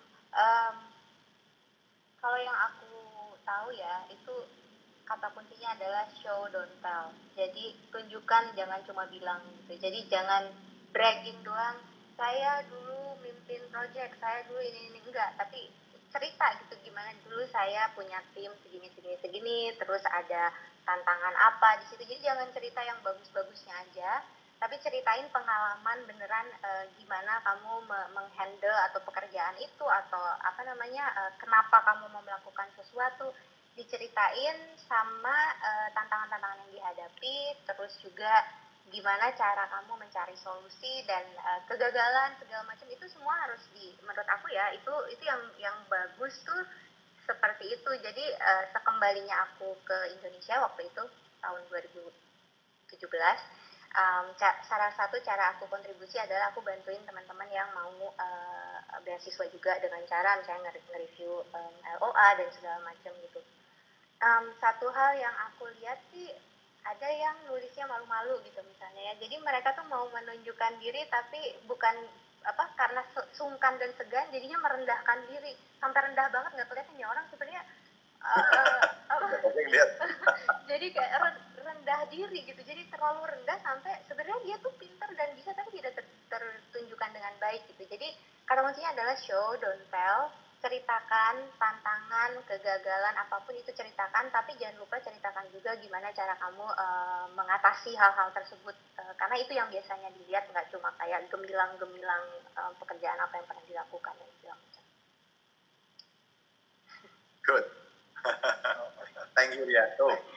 kalau yang aku tahu ya, itu kata kuncinya adalah show don't tell. Jadi tunjukkan, jangan cuma bilang gitu. Jadi jangan bragging doang. Saya dulu mimpin project, saya dulu ini enggak, tapi cerita gitu gimana dulu saya punya tim segini, terus ada tantangan apa di situ. Jadi jangan cerita yang bagus-bagusnya aja, tapi ceritain pengalaman beneran gimana kamu menghandle atau pekerjaan itu, atau kenapa kamu mau melakukan sesuatu, diceritain sama tantangan-tantangan yang dihadapi, terus juga gimana cara kamu mencari solusi dan kegagalan segala macam itu semua harus menurut aku ya itu yang bagus tuh seperti itu. Jadi sekembalinya aku ke Indonesia waktu itu tahun 2017, salah satu cara aku kontribusi adalah aku bantuin teman-teman yang mau beasiswa juga dengan cara misalnya nge-review LOA dan segala macam gitu. Satu hal yang aku lihat sih ada yang nulisnya malu-malu gitu misalnya ya. Jadi mereka tuh mau menunjukkan diri tapi bukan karena sungkan dan segan, jadinya merendahkan diri sampai rendah banget, nggak kelihatan ya orang sebenarnya jadi kayak rendah diri gitu. Jadi terlalu rendah sampai sebenarnya dia tuh pintar dan bisa tapi tidak tertunjukkan dengan baik gitu. Jadi kata kuncinya adalah show don't tell. Ceritakan tantangan, kegagalan, apapun itu ceritakan, tapi jangan lupa ceritakan juga gimana cara kamu mengatasi hal-hal tersebut, karena itu yang biasanya dilihat, nggak cuma kayak gemilang-gemilang pekerjaan apa yang pernah dilakukan dan segala macam. Good. Thank you Ria.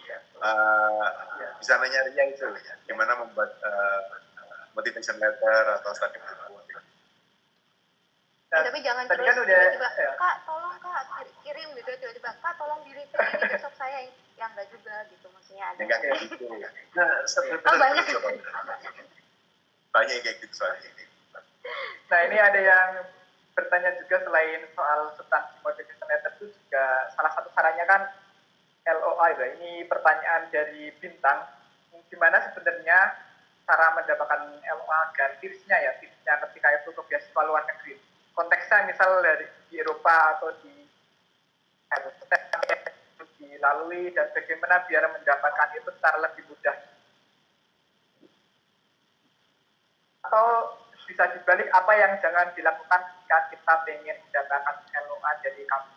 Bisa nanya Ria itu gimana membuat motivation letter atau study buku. Tapi jangan terus kan tiba-tiba, Kak tolong Kak kirim gitu, tiba-tiba Kak tolong di-review ini besok saya yang enggak juga gitu, maksudnya ada. Enggak kayak gitu. Nah, banyak kayak gitu soalnya. Nah ini ada yang bertanya juga selain soal substansi motivation letter itu juga salah satu caranya kan LOA ya. Ini pertanyaan dari Bintang, gimana sebenarnya cara mendapatkan LOA dan tipsnya ketika itu ke beasiswa luar negeri. Konteksnya misal di Eropa atau dilalui dan bagaimana biar mendapatkan itu secara lebih mudah. Atau bisa dibalik, apa yang jangan dilakukan jika kita ingin mendapatkan LOA dari kampus.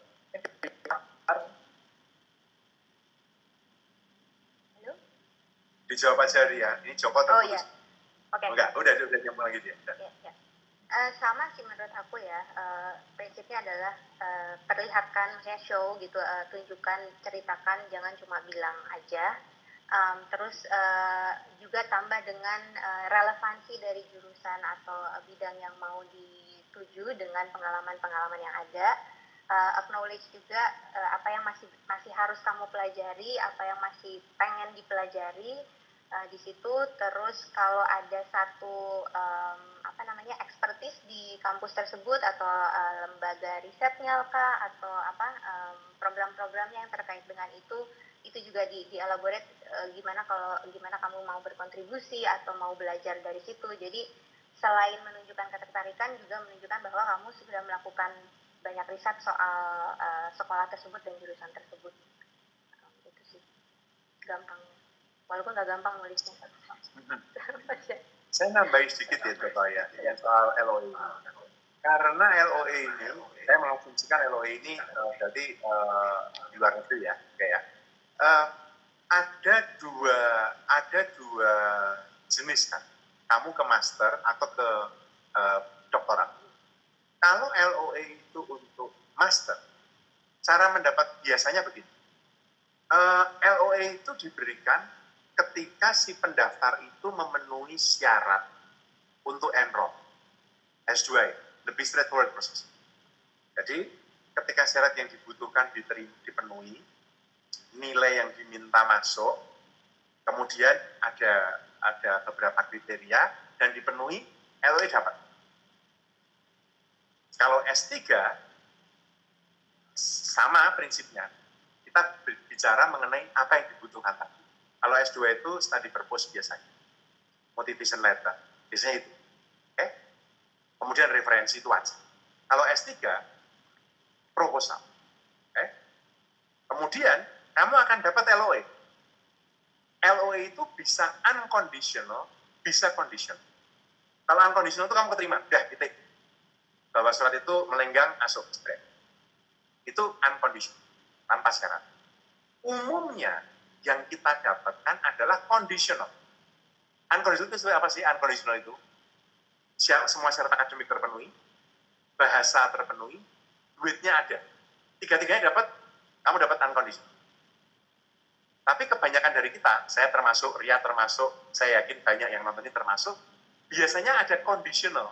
Halo? Dijawab aja Ria, ini Joko terputus. Oh iya, oke. Enggak, udah nyambung lagi dia. Ya. Sama sih menurut aku ya, prinsipnya adalah perlihatkan, misalnya show gitu, tunjukkan, ceritakan, jangan cuma bilang aja. Terus juga tambah dengan relevansi dari jurusan atau bidang yang mau dituju dengan pengalaman-pengalaman yang ada. Acknowledge juga apa yang masih harus kamu pelajari, apa yang masih pengen dipelajari di situ. Terus kalau ada satu expertise di kampus tersebut atau lembaga risetnya atau program-programnya yang terkait dengan itu juga dielaborate gimana kamu mau berkontribusi atau mau belajar dari situ. Jadi selain menunjukkan ketertarikan, juga menunjukkan bahwa kamu sudah melakukan banyak riset soal sekolah tersebut dan jurusan tersebut. Itu sih gampangnya, walaupun nggak gampang nulisnya. Saya nambahin sedikit ya Coba ya soal LOE ini. Karena LOE ini, saya mengfungsikan LOE ini jadi di luar negeri ya, kayak ada dua jenis kan. Kamu ke master atau ke doktorat. Kalau LOE itu untuk master, cara mendapat biasanya begini. LOE itu diberikan ketika si pendaftar itu memenuhi syarat untuk enroll. S2 ya, lebih straightforward proses. Jadi ketika syarat yang dibutuhkan dipenuhi, nilai yang diminta masuk, kemudian ada beberapa kriteria dan dipenuhi, LOE dapat. Kalau S3 sama prinsipnya, kita bicara mengenai apa yang dibutuhkan tadi. Kalau S2 itu study purpose biasanya, motivation letter, biasanya itu. Oke? Kemudian referensi itu wajib. Kalau S3, proposal. Oke? Kemudian, kamu akan dapat LOE. LOE itu bisa unconditional, bisa conditional. Kalau unconditional itu kamu keterima, udah titik. Bahwa surat itu melenggang, masuk, spread. Itu unconditional, tanpa syarat. Umumnya, yang kita dapatkan adalah conditional. Unconditional itu apa sih? Unconditional itu semua syarat akademik terpenuhi, bahasa terpenuhi, duitnya ada. Tiga-tiganya dapat, kamu dapat unconditional. Tapi kebanyakan dari kita, saya termasuk, Ria termasuk, saya yakin banyak yang nonton ini termasuk, biasanya ada conditional.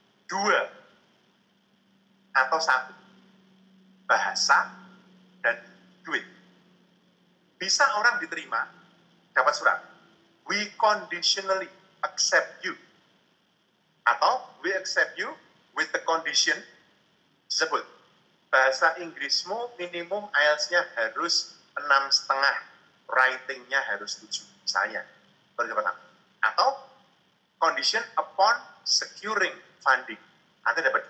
2 atau 1. Bahasa dan duit. Bisa orang diterima, dapat surat. We conditionally accept you. Atau we accept you with the condition tersebut. Bahasa Inggrismu minimum IELTS-nya harus 6,5, writing-nya harus 7, misalnya. Atau condition upon securing funding. Anda dapat.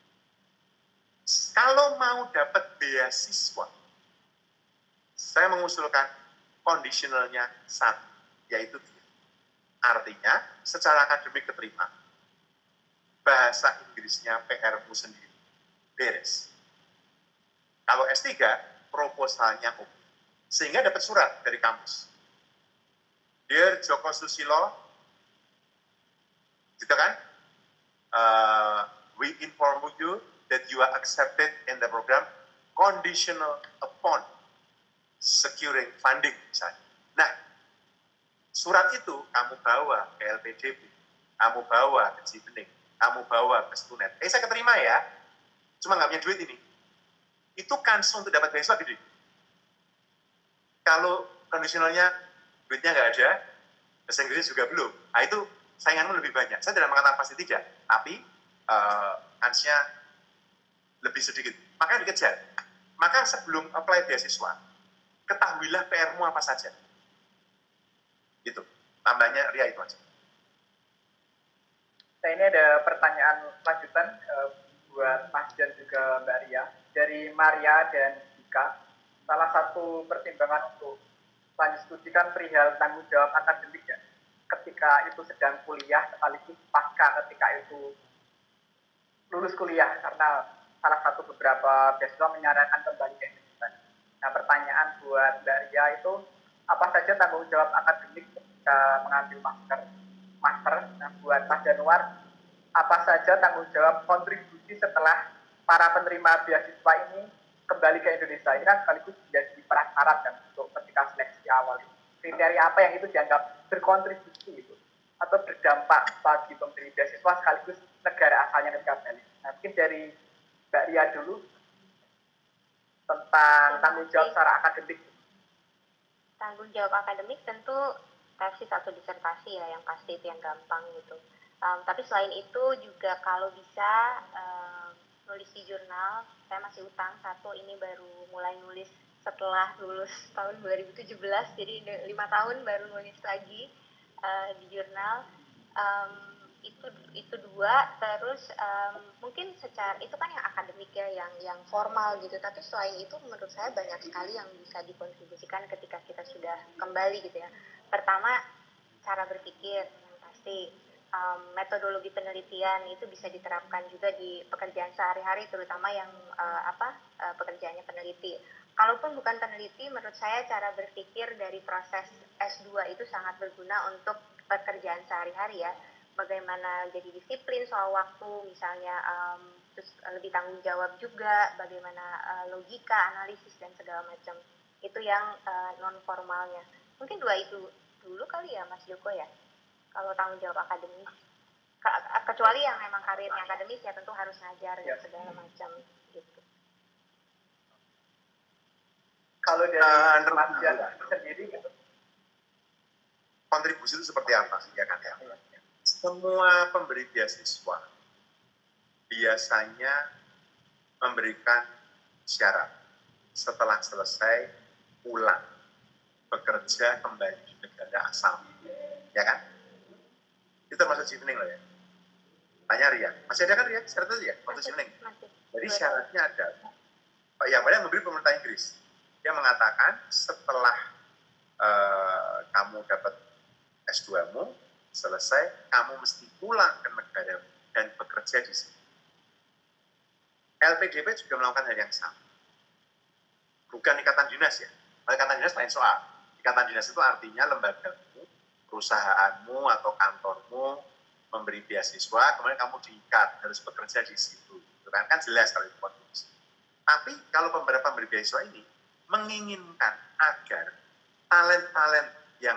Kalau mau dapat beasiswa, saya mengusulkan conditionalnya 1, yaitu dia. Artinya, secara akademik keterima. Bahasa Inggrisnya PR-mu sendiri. Beres. Kalau S3, proposalnya oke. Sehingga dapat surat dari kampus. Dear Joko Susilo, gitu kan? We inform you that you are accepted in the program conditional upon securing funding, misalnya. Nah, surat itu kamu bawa ke LPDP, kamu bawa ke Cibening, kamu bawa ke Stunet. Saya keterima ya, cuma nggak punya duit ini. Itu kans untuk dapat beasiswa gede. Kalau kondisionalnya duitnya nggak ada, bahasa Inggrisnya juga belum, nah itu sainganmu lebih banyak. Saya tidak mengatakan pasti tidak, tapi kansnya lebih sedikit. Makanya dikejar. Maka sebelum apply beasiswa, ketahuilah PR-mu apa saja. Itu. Tambahnya Ria itu aja. Nah, ini ada pertanyaan lanjutan buat Mas dan juga Mbak Ria. Dari Maria dan Dika, salah satu pertimbangan untuk lanjut studi kan perihal tanggung jawab akademik ya. Ketika itu sedang kuliah, sekaligus pasca ketika itu lulus kuliah, karena salah satu beberapa beasiswa menyarankan kembali ke Indonesia. Nah, pertanyaan buat Mbak Ria itu, apa saja tanggung jawab akademik ketika mengambil master? Nah, buat Mas Januar, apa saja tanggung jawab kontribusi setelah para penerima beasiswa ini kembali ke Indonesia? Ini kan sekaligus menjadi prasyarat kan untuk ketika seleksi awal ini. Kriteria apa yang itu dianggap berkontribusi itu atau berdampak bagi pemberi beasiswa sekaligus negara asalnya negara balik. Nah, mungkin dari Mbak Ria dulu tentang tanggung jawab secara akademik. Tanggung jawab akademik tentu tesis atau disertasi ya, yang pasti itu yang gampang gitu. Tapi selain itu juga kalau bisa nulis di jurnal. Saya masih utang satu, ini baru mulai nulis setelah lulus tahun 2017, jadi 5 tahun baru nulis lagi di jurnal. Itu 2, terus mungkin secara itu kan yang akademik ya, yang formal gitu, tapi selain itu menurut saya banyak sekali yang bisa dikontribusikan ketika kita sudah kembali gitu ya. Pertama, cara berpikir yang pasti, metodologi penelitian itu bisa diterapkan juga di pekerjaan sehari-hari, terutama yang pekerjaannya peneliti. Kalaupun bukan peneliti, menurut saya cara berpikir dari proses S2 itu sangat berguna untuk pekerjaan sehari-hari ya. Bagaimana jadi disiplin soal waktu, misalnya, terus lebih tanggung jawab juga, bagaimana logika, analisis, dan segala macam. Itu yang non-formalnya. Mungkin 2 itu dulu kali ya Mas Joko ya, kalau tanggung jawab akademis. Kecuali yang memang karirnya akademis ya tentu harus ngajar dan segala macam gitu. Kalau dari Mas Jan sendiri gitu, kontribusi itu seperti apa sih ya kan ya? Semua pemberi beasiswa biasanya memberikan syarat setelah selesai pulang bekerja kembali di negara asal, ya kan? Itu termasuk chevening loh ya. Tanya Ria, masih ada kan Ria? Syarat itu ya, masuk chevening. Jadi syaratnya ada, yang pada memberi pemerintah Inggris, dia mengatakan setelah kamu dapat S2-mu selesai, kamu mesti pulang ke negara dan bekerja di sini. LPDP juga melakukan hal yang sama. Bukan ikatan dinas ya. Kalau ikatan dinas lain soal. Ikatan dinas itu artinya lembagamu, perusahaanmu atau kantormu memberi beasiswa, kemudian kamu diikat, harus bekerja di situ. Itu kan jelas kalau itu kontribusi. Tapi kalau beberapa pemberi beasiswa ini menginginkan agar talent-talent yang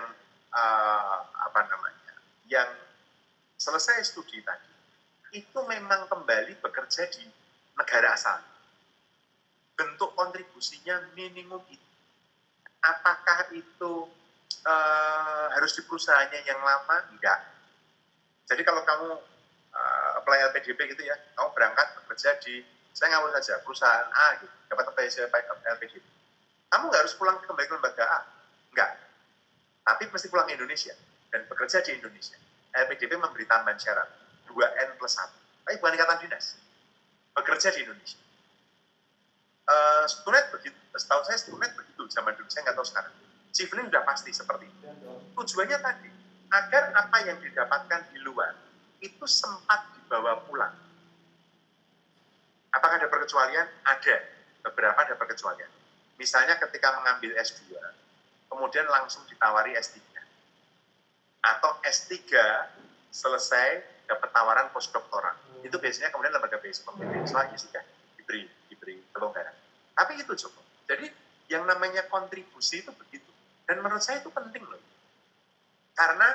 yang selesai studi tadi itu memang kembali bekerja di negara asal. Bentuk kontribusinya minimum itu. Apakah itu harus di perusahaannya yang lama? Enggak. Jadi kalau kamu apply LPDP gitu ya, kamu berangkat bekerja di, saya ngawur saja, perusahaan A gitu, dapat LPDP. Kamu nggak harus pulang kembali ke lembaga A. Enggak. Tapi mesti pulang ke Indonesia dan bekerja di Indonesia. LPDP memberi tambahan syarat 2N+1. Tapi bukan ikatan dinas. Bekerja di Indonesia. Stunet begitu. Setahu saya Stunet begitu zaman dulu. Saya nggak tahu sekarang. Chevening sudah pasti seperti itu. Tujuannya tadi agar apa yang didapatkan di luar itu sempat dibawa pulang. Apakah ada perkecualian? Ada. Beberapa ada perkecualian. Misalnya ketika mengambil S2, kemudian langsung ditawari S3. Atau S3 selesai dapat tawaran postdoktoral. Itu biasanya kemudian lembaga beasiswa ya sudah diberi kelonggaran. Tapi itu cukup. Jadi yang namanya kontribusi itu begitu. Dan menurut saya itu penting loh. Karena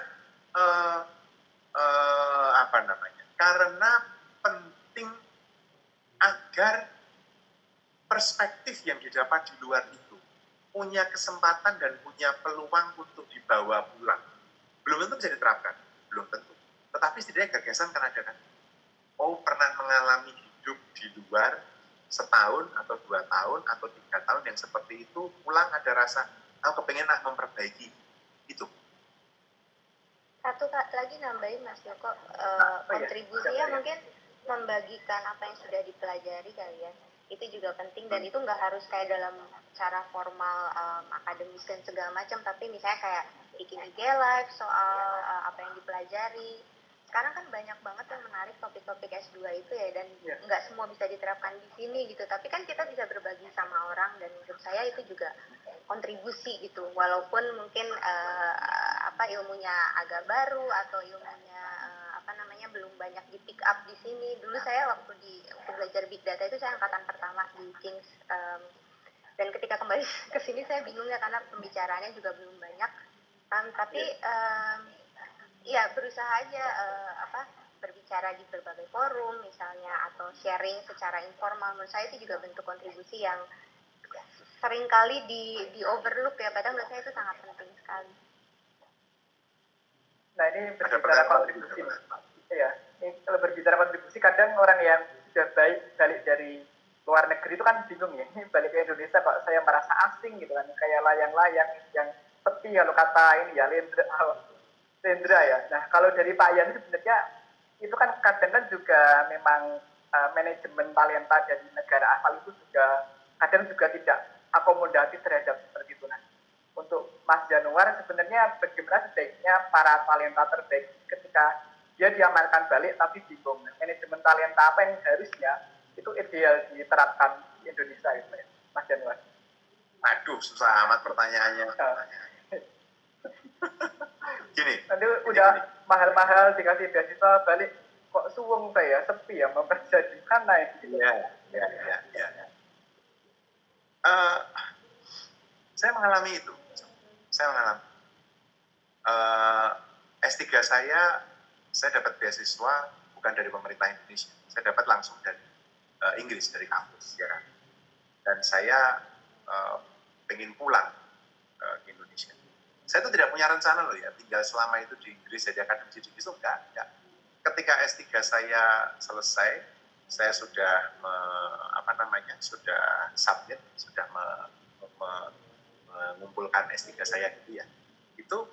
karena penting agar perspektif yang didapat di luar itu punya kesempatan dan punya peluang untuk dibawa pulang. Belum tentu bisa diterapkan, belum tentu. Tetapi setidaknya gagasan kan ada kan. Oh, pernah mengalami hidup di luar setahun atau 2 tahun atau 3 tahun yang seperti itu, pulang ada rasa, aku kepengen memperbaiki itu. Satu lagi nambahin Mas Joko, kontribusinya mungkin membagikan apa yang sudah dipelajari kali ya. Itu juga penting dan itu nggak harus kayak dalam cara formal akademis dan segala macam, tapi misalnya kayak bikin IG live soal apa yang dipelajari. Sekarang kan banyak banget yang menarik topik-topik S2 itu ya, dan nggak semua bisa diterapkan di sini gitu, tapi kan kita bisa berbagi sama orang dan menurut saya itu juga kontribusi gitu, walaupun mungkin ilmunya agak baru atau ilmunya belum banyak di pick up di sini. Dulu saya waktu belajar big data itu saya angkatan pertama di Kings, dan ketika kembali ke sini saya bingung ya karena pembicaraannya juga belum banyak, tapi ya berusaha aja berbicara di berbagai forum misalnya atau sharing secara informal. Menurut saya itu juga bentuk kontribusi yang seringkali di overlook ya, padahal menurut saya itu sangat penting sekali. Nah ini berbicara kontribusi ya, ini kalau berbicara kontribusi kadang orang yang sudah balik dari luar negeri itu kan bingung ya, ini balik ke Indonesia kok saya merasa asing gitu kan, kayak layang-layang yang sepi kalau kata ini ya Lendra ya. Nah kalau dari Pak Yan sebenarnya itu kan kadang kan juga memang manajemen talenta dari negara asal itu juga kadang juga tidak akomodatif terhadap seperti itu. Nah untuk Mas Januar sebenarnya bagaimana sebaiknya para talenta terbaik ketika dia diamankan balik tapi bingung manajemen talenta apa yang harusnya itu ideal diterapkan di Indonesia itu ya, Mas Januar? Aduh, susah amat pertanyaannya. Gini. Nanti udah mahal-mahal dikasih beasiswa balik kok suwung saya sepi ya memperjadi mana ya? Iya. Saya mengalami itu. S3 saya dapat beasiswa bukan dari pemerintah Indonesia, saya dapat langsung dari Inggris, dari kampus, ya kan. Dan saya pengen pulang ke Indonesia. Saya itu tidak punya rencana loh ya, tinggal selama itu di Inggris jadi akademisi di Inggris, enggak. Ketika S3 saya selesai, saya sudah sudah submit, sudah mengumpulkan S3 saya gitu ya. Itu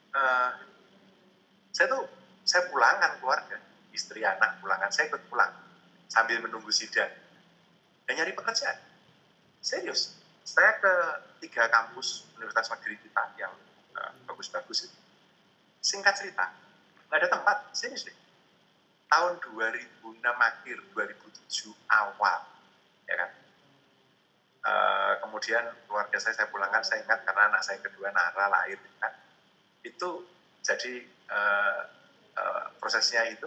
saya pulangan keluarga, istri anak pulangan, saya ikut pulang sambil menunggu sidang dan nyari pekerjaan. Serius, saya ke 3 kampus Universitas Negeri kita yang bagus-bagus itu. Singkat cerita, nggak ada tempat, serius deh. Tahun 2006 akhir, 2007 awal, ya kan. Kemudian keluarga saya pulangkan, saya ingat karena anak saya kedua Nara lahir, kan. Itu jadi prosesnya itu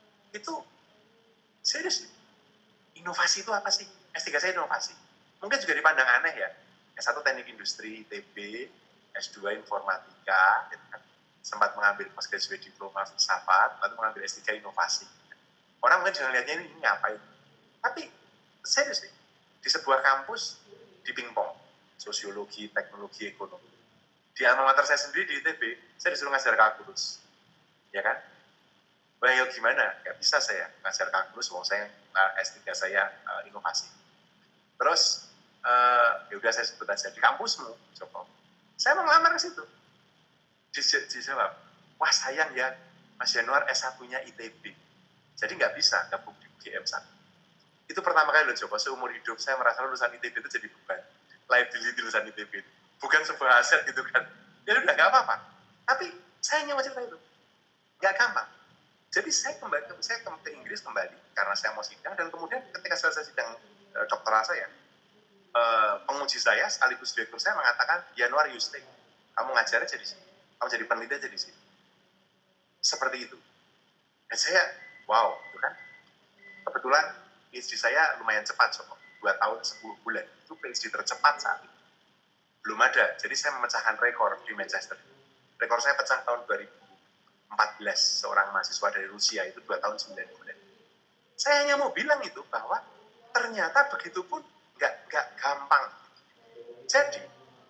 serius. Inovasi itu apa sih? S3 saya inovasi. Mungkin juga dipandang aneh ya. S1 teknik industri, ITB, S2 informatika, gitu kan. Sempat mengambil postgraduate diploma filsafat, lalu mengambil S3 inovasi. Orang mungkin juga lihatnya ini ngapain. Tapi serius nih, di sebuah kampus di pingpong, sosiologi, teknologi, ekonomi. Di alma mater saya sendiri di ITB, saya disuruh ngajar kalkulus. Ya kan? Wah, ya gimana? Gak bisa saya ngajar kalkulus, wong saya S3 saya inovasi. Terus, ya udah saya sebut aja di kampusmu, Joko. Saya mau ngelamar ke situ. Dijawab, wah sayang ya, Mas Januar S1-nya ITB. Jadi nggak bisa gabung di UGM1. Itu pertama kali loh Joko, seumur hidup saya merasa lulusan ITB itu jadi beban. Liability lulusan ITB. Bukan sebuah aset gitu kan. Ya udah nggak apa-apa. Tapi saya nyawa cerita itu. Nggak gampang. Jadi saya ke Inggris kembali karena saya mau sidang, dan kemudian ketika selesai sidang doktoral saya, penguji saya sekaligus direktur saya mengatakan, Januar you stay, kamu ngajar aja di sini, kamu jadi peneliti aja di sini. Seperti itu. Dan saya, wow, itu kan. Kebetulan PhD saya lumayan cepat, 2 tahun 10 bulan. Itu PhD tercepat saat itu. Belum ada, jadi saya memecahkan rekor di Manchester. Rekor saya pecah tahun 2014, seorang mahasiswa dari Rusia, itu 2 tahun 9 bulan. Saya hanya mau bilang itu bahwa ternyata begitu pun nggak gampang. Jadi,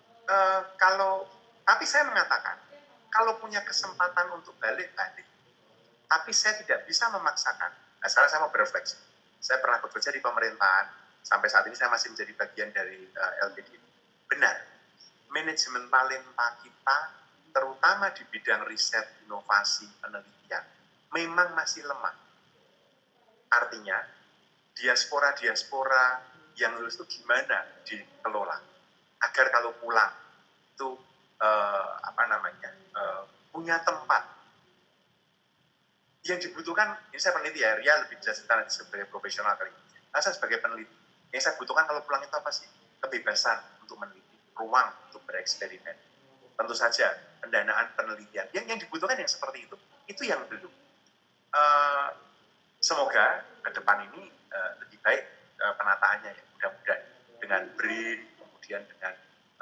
tapi saya mengatakan, kalau punya kesempatan untuk balik. Tapi saya tidak bisa memaksakan. Nah, sekarang saya mau berefleksi. Saya pernah bekerja di pemerintahan, sampai saat ini saya masih menjadi bagian dari LPD. Benar, manajemen talenta kita, terutama di bidang riset, inovasi, penelitian, memang masih lemah. Artinya, diaspora yang lulus itu gimana dikelola agar kalau pulang itu punya tempat. Yang dibutuhkan, ini saya peneliti ya, Ria lebih bisa cerita sebagai profesional kali ini. Nah, saya sebagai peneliti, yang saya butuhkan kalau pulang itu apa sih? Kebebasan untuk meneliti, ruang untuk bereksperimen. Tentu saja, pendanaan penelitian. Yang dibutuhkan yang seperti itu. Itu yang belum. Semoga ke depan ini lebih baik penataannya ya, mudah-mudahan dengan BRIN, kemudian dengan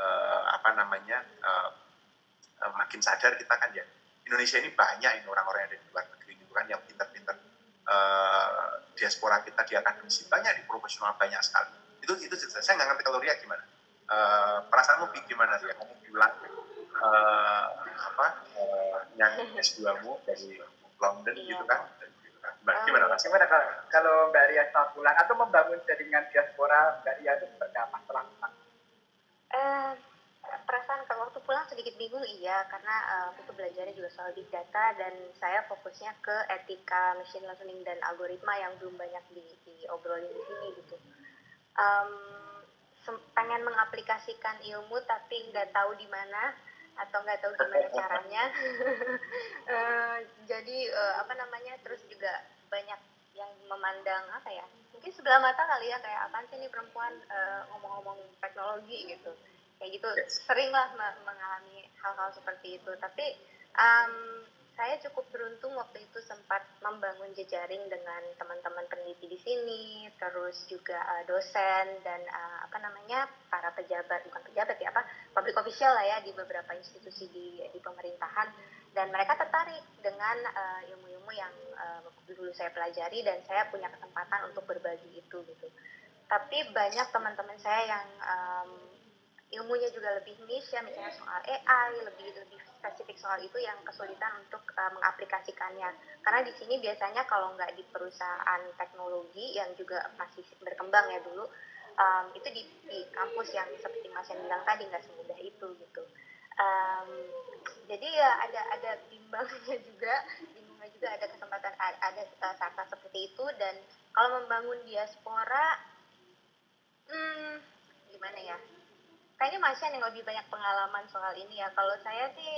makin sadar kita kan ya, Indonesia ini banyak ini orang-orang yang ada di luar negeri itu kan yang pinter-pinter, diaspora kita di akademisi banyak, di profesional banyak sekali. Itu saya nggak ngerti kalau Ria gimana, perasaanmu gimana Ria, kamu bilang yang S2-mu dari London gitu kan. Gimana kalau Mbak Ria setelah pulang atau membangun jaringan diaspora, Mbak Ria itu seperti apa setelah pulang? Perasaan kalau waktu pulang sedikit bingung, iya, karena aku tuh belajarnya juga soal big data dan saya fokusnya ke etika machine learning dan algoritma yang belum banyak diobrolin di sini gitu. Pengen mengaplikasikan ilmu tapi nggak tahu di mana atau nggak tahu gimana caranya. Jadi terus juga banyak yang memandang mungkin sebelah mata kali ya, kayak apaan sih nih perempuan ngomong-ngomong teknologi gitu, kayak gitu. Sering lah mengalami hal-hal seperti itu. Tapi saya cukup beruntung waktu itu sempat membangun jejaring dengan teman-teman peneliti di sini, terus juga dosen dan para pejabat, bukan pejabat ya, public official lah ya di beberapa institusi di pemerintahan, dan mereka tertarik dengan ilmu-ilmu yang dulu saya pelajari dan saya punya kesempatan untuk berbagi itu gitu. Tapi banyak teman-teman saya yang ilmunya juga lebih niche ya, misalnya soal AI, lebih spesifik soal itu yang kesulitan untuk mengaplikasikannya. Karena di sini biasanya kalau nggak di perusahaan teknologi yang juga masih berkembang ya dulu, itu di kampus yang seperti Mas yang bilang tadi nggak semudah itu gitu. Jadi ya ada bimbangnya juga ada kesempatan, ada saat seperti itu. Dan kalau membangun diaspora, gimana ya? Kayaknya Mas yang lebih banyak pengalaman soal ini ya. Kalau saya sih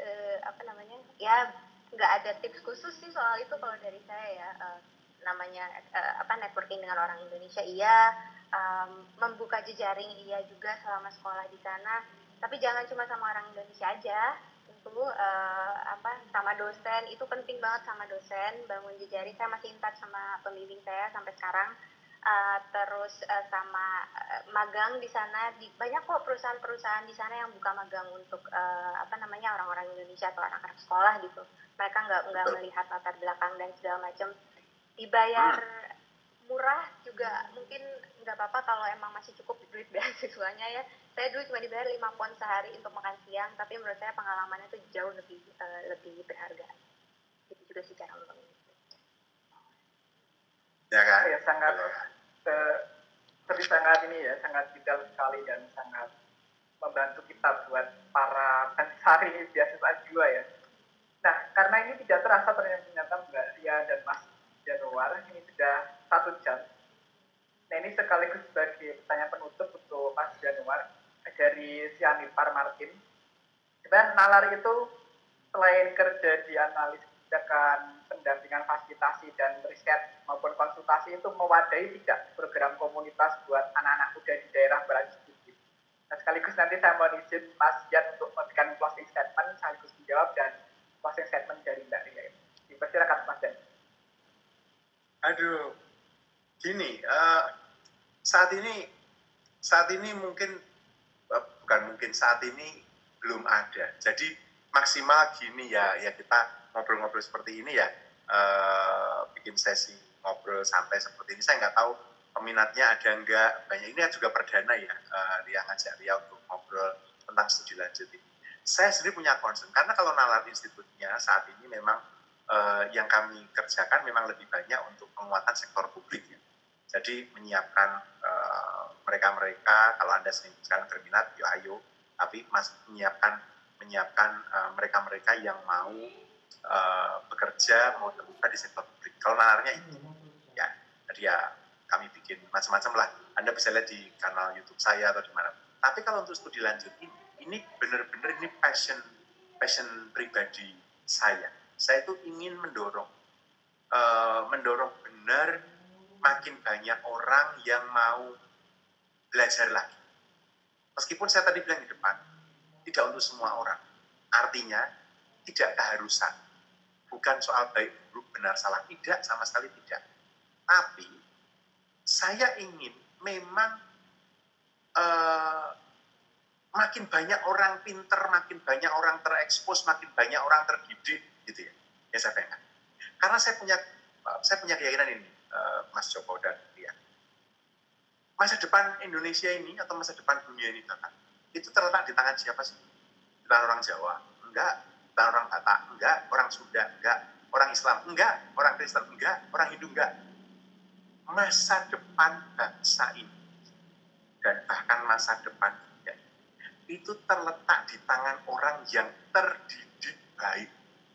ya nggak ada tips khusus sih soal itu kalau dari saya ya. Networking dengan orang Indonesia iya, membuka jejaring iya juga selama sekolah di sana. Tapi jangan cuma sama orang Indonesia aja. Tentu sama dosen itu penting banget, sama dosen bangun jejaring. Saya masih in touch sama pembimbing saya sampai sekarang. Terus sama magang di sana, banyak kok perusahaan-perusahaan di sana yang buka magang untuk orang-orang Indonesia atau anak-anak sekolah gitu. Mereka nggak melihat latar belakang dan segala macam. Dibayar murah juga mungkin nggak apa-apa kalau emang masih cukup duit beasiswanya ya. Saya dulu cuma dibayar 5 pound sehari untuk makan siang, tapi menurut saya pengalamannya itu jauh lebih berharga. Itu juga sih cara membangun. Ya kan? Ya sangat sangat detail sekali dan sangat membantu kita buat para pencari beasiswa jiwa ya. Nah, karena ini tidak terasa ternyata Mbak Ria dan Mas Januar, ini sudah 1 jam. Nah, ini sekaligus sebagai pertanyaan penutup untuk Mas Januar dari Sianipar Martin. Sebenarnya nalar itu selain kerja di analis kebijakan, pendampingan fasilitasi dan riset maupun konsultasi, itu mewadahi tidak program komunitas buat anak-anak muda di daerah Barat Studi. Nah, sekaligus nanti saya mau izin Mas Jan untuk memberikan closing statement sekaligus menjawab dan closing statement dari Mbak Ria. Dipersilakan Mas Jan. Aduh, gini, saat ini mungkin saat ini belum ada. Jadi maksimal gini ya kita ngobrol-ngobrol seperti ini ya, bikin sesi ngobrol santai seperti ini. Saya nggak tahu peminatnya ada nggak, banyak. Ini juga perdana ya, yang ngajak Ria untuk ngobrol tentang studi lanjut ini. Saya sendiri punya concern, karena kalau nalar institutnya saat ini memang yang kami kerjakan memang lebih banyak untuk penguatan sektor publik ya. Jadi menyiapkan mereka-mereka, kalau Anda sekarang berminat, ya ayo, tapi menyiapkan mereka-mereka yang mau bekerja, mau terlibat di sektor publik. Kalau nalarnya itu, ya, jadi ya kami bikin macam-macam lah. Anda bisa lihat di kanal YouTube saya atau di mana. Tapi kalau untuk studi lanjut ini benar-benar ini passion pribadi saya. Saya itu ingin mendorong benar makin banyak orang yang mau belajar lagi. Meskipun saya tadi bilang di depan, tidak untuk semua orang. Artinya, tidak keharusan. Bukan soal baik, buruk, benar, salah. Tidak, sama sekali tidak. Tapi, saya ingin memang makin banyak orang pinter, makin banyak orang terekspos, makin banyak orang terdidik, gitu ya. Ya saya pengen. Karena saya punya keyakinan ini, Mas Joko dan Ria. Masa depan Indonesia ini atau masa depan dunia ini bahkan itu terletak di tangan siapa sih? Di tangan orang Jawa? Enggak. Di tangan orang Batak? Enggak. Orang Sunda? Enggak. Orang Islam? Enggak. Orang Kristen? Enggak. Orang Hindu? Enggak. Masa depan bangsa ini dan bahkan masa depan dunia itu terletak di tangan orang yang terdidik baik.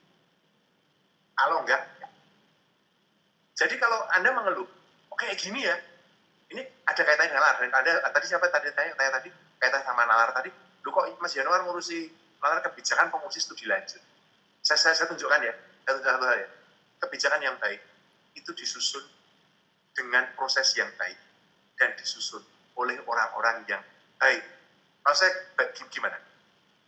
Kalau enggak, jadi kalau Anda mengeluh, kayak gini ya, ini ada kaitannya dengan nalar. Ada tadi siapa tadi kaitan sama nalar tadi. Lu kok Mas Januar ngurusi nalar kebijakan promosi studi lanjut. Saya tunjukkan ya, satu hal ya. Kebijakan yang baik itu disusun dengan proses yang baik dan disusun oleh orang-orang yang baik. Kalau saya gimana?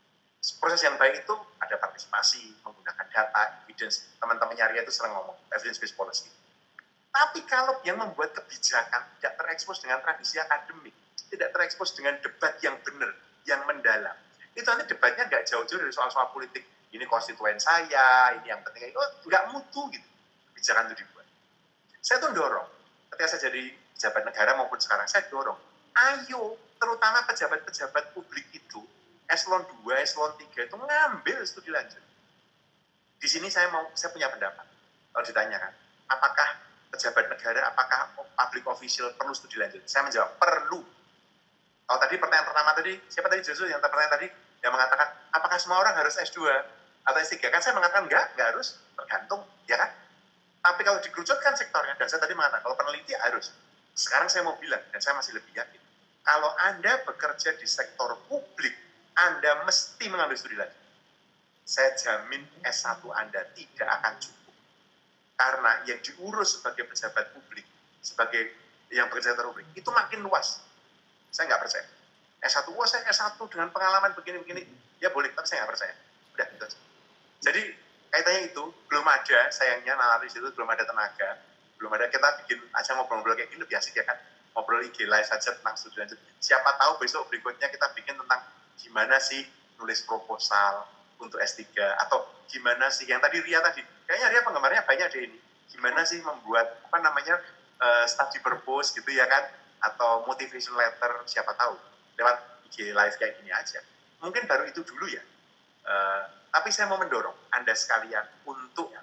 Proses yang baik itu ada partisipasi, menggunakan data, evidence. Teman-teman nyari itu sering ngomong, evidence-based policy. Tapi kalau yang membuat kebijakan tidak terekspos dengan tradisi akademik, tidak terekspos dengan debat yang benar, yang mendalam, itu nanti debatnya nggak jauh-jauh dari soal-soal politik. Ini konstituen saya, ini yang penting. Nggak mutu gitu kebijakan itu dibuat. Saya tuh dorong, ketika saya jadi pejabat negara maupun sekarang, saya dorong, ayo, terutama pejabat-pejabat publik itu, eselon 2, eselon 3 itu ngambil studi lanjut. Di sini saya punya pendapat. Kalau ditanyakan, apakah pejabat negara, apakah public official perlu studi lanjut? Saya menjawab, perlu. Kalau tadi pertanyaan pertama tadi, siapa tadi Joshua yang pertanyaan tadi, yang mengatakan, apakah semua orang harus S2 atau S3? Kan saya mengatakan enggak harus, tergantung, ya kan? Tapi kalau dikerucutkan sektornya, dan saya tadi mengatakan, kalau peneliti harus. Sekarang saya mau bilang, dan saya masih lebih yakin, kalau Anda bekerja di sektor publik, Anda mesti mengambil studi lanjut. Saya jamin S1 Anda tidak akan cukup. Karena yang diurus sebagai pejabat publik, sebagai yang bekerja di publik, itu makin luas. Saya nggak percaya. S1, saya S1 dengan pengalaman begini-begini, ya boleh, tapi saya nggak percaya. Udah, gitu aja. Jadi, kaitannya itu, belum ada, sayangnya, analis itu belum ada tenaga, belum ada, kita bikin aja ngobrol-ngobrol kayak gini, lebih asik ya kan? Ngobrol IG live saja tentang studi lanjut. Siapa tahu besok berikutnya kita bikin tentang gimana sih nulis proposal untuk S3, atau gimana sih, yang tadi Ria tadi, kayaknya Ria penggemarnya banyak deh ini, gimana sih membuat, study purpose gitu ya kan, atau motivation letter, siapa tahu, lewat IG live kayak gini aja. Mungkin baru itu dulu ya. Tapi saya mau mendorong Anda sekalian untuk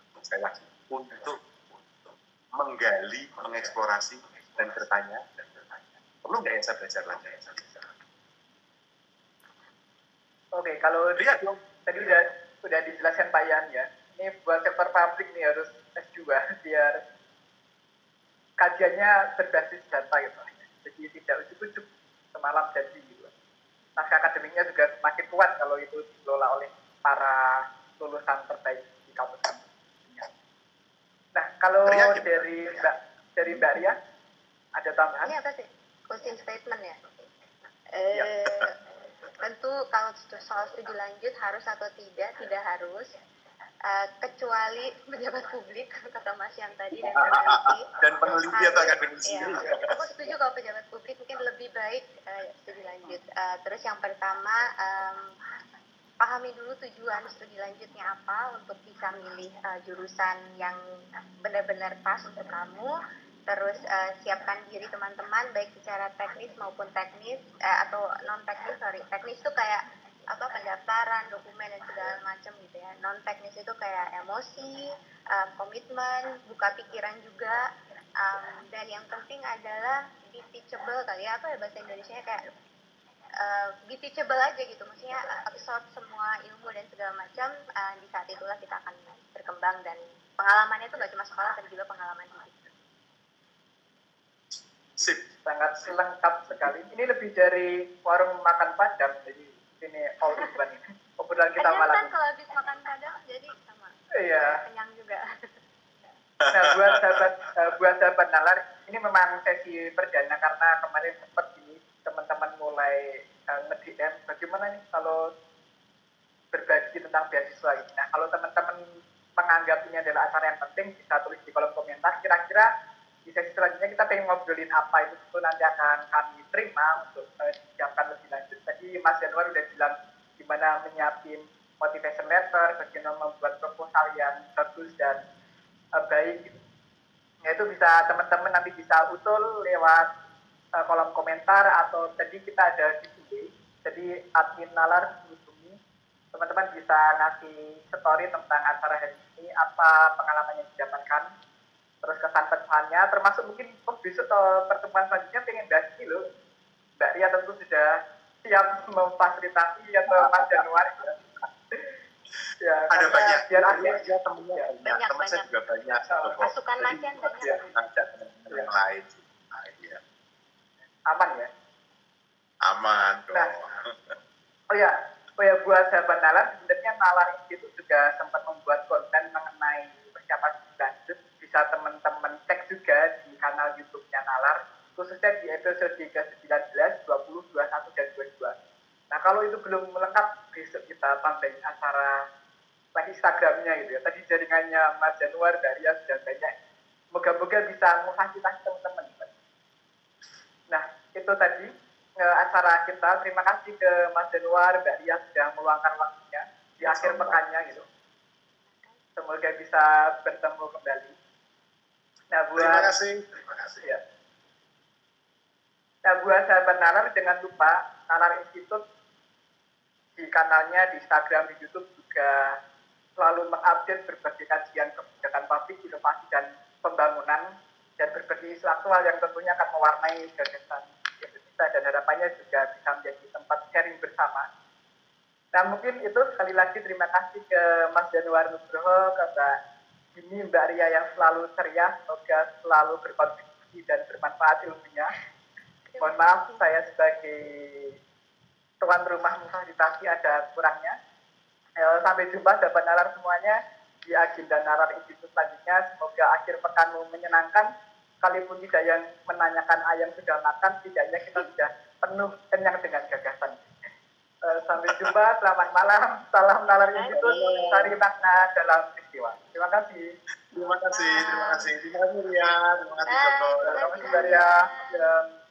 menggali, mengeksplorasi, dan bertanya. Perlu nggak ya saya belajar lagi? Oke, kalau tadi udah dijelaskan Pak Yan ya, ini buat sektor publik nih harus S2 biar kajiannya berbasis data gitu. Jadi tidak ujuk-ujuk semalam jadi gitu. Naskah akademiknya juga semakin kuat kalau itu dikelola oleh para lulusan terbaik di kampus-kampus. Nah, kalau dari Mbak Ria ada tambahan? Ini apa sih? Closing statement ya? Ya. Tentu kalau soal studi lanjut harus atau tidak harus. Kecuali pejabat publik, kata Mas yang tadi, dan peneliti atau akademisi. Ya, aku setuju kalau pejabat publik mungkin lebih baik studi lanjut. Terus yang pertama, pahami dulu tujuan studi lanjutnya apa untuk bisa milih jurusan yang benar-benar pas untuk kamu. Terus siapkan diri teman-teman baik secara teknis maupun teknis atau non teknis. Teknis itu kayak pendaftaran, dokumen dan segala macam gitu ya. Non teknis itu kayak emosi, komitmen, buka pikiran juga. Dan yang penting adalah be teachable kali ya, bahasa Indonesianya kayak be teachable aja gitu, maksudnya absorb semua ilmu dan segala macam. Di saat itulah kita akan berkembang, dan pengalamannya itu nggak cuma sekolah tapi juga pengalaman hidup. Sip. Sangat lengkap sekali. Ini lebih dari warung makan Padang, jadi ini all in one ini. Obrolan kita malam ini. Kalau habis makan Padang jadi sama. Iya. Kenyang juga. Nah, buat sahabat nalar, ini memang sesi perdana karena kemarin sempat ini teman-teman mulai nge-DM bagaimana nih kalau berbagi tentang beasiswa ini. Nah, kalau teman-teman menganggap ini adalah acara yang penting, bisa tulis di kolom komentar. Kira-kira di sesi selanjutnya kita pengen ngobrolin apa, itu nanti akan kami terima untuk disiapkan lebih lanjut. Tadi Mas Januar udah bilang gimana menyiapin motivation letter, bagaimana membuat proposal yang bagus dan baik gitu. Ya, itu bisa teman-teman nanti bisa utul lewat kolom komentar, atau tadi kita ada giveaway. Jadi admin nalar menghubungi teman-teman, bisa ngasih story tentang acara hari ini, apa pengalaman yang didapatkan, terus kesan-pesannya, termasuk mungkin besok atau pertemuan selanjutnya pengen bahas ini loh. Mbak Ria tentu sudah siap memfasilitasi, atau Mas Januar ya, ada banyak biar akhirnya banyak teman saya juga banyak masukan macan banyak ada teman yang lain ya. Aman ya, aman dong. Nah, oh ya buat sahabat nalar, sebenarnya nalar itu juga sempat membuat konten mengenai persiapan lanjut. Bisa teman-teman cek juga di kanal YouTube-nya nalar, khususnya di episode ke-19, 20, 21, dan 22. Nah, kalau itu belum lengkap, besok itu bisa tambahin acara live Instagramnya gitu ya. Tadi jaringannya Mas Januar dari yang sudah banyak. Moga-moga bisa memfasilitasi teman-teman. Nah, itu tadi acara kita. Terima kasih ke Mas Januar, Mbak Ria sudah meluangkan waktunya di akhir pekannya gitu. Semoga bisa bertemu kembali. Nah, Terima kasih. Ya. Nah, buat sahabat Nalar, jangan lupa Nalar Institute di kanalnya, di Instagram, di YouTube juga selalu mengupdate berbagai kajian kebijakan publik, inovasi, dan pembangunan, dan berbagai isu aktual yang tentunya akan mewarnai gagasan Indonesia, dan harapannya juga bisa menjadi tempat sharing bersama. Nah, mungkin itu sekali lagi terima kasih ke Mas Januar Nugroho, ke Mbak Dini, Mbak Ria yang selalu ceria, semoga selalu berkontribusi dan bermanfaat ilmunya. Mohon maaf, saya sebagai tuan rumah memfasilitasi ada kurangnya. Sampai jumpa sahabat Nalar semuanya di agenda Nalar Institute selanjutnya. Semoga akhir pekanmu menyenangkan. Sekalipun tidak yang menanyakan ayam sudah makan, setidaknya kita sudah penuh kenyang dengan gagasan. Sampai jumpa, selamat malam. Salam Nalar Institute, cari makna dalam peristiwa. Terima kasih. Terima kasih. Terima kasih Ria. Terima kasih Joko. Terima kasih Ria.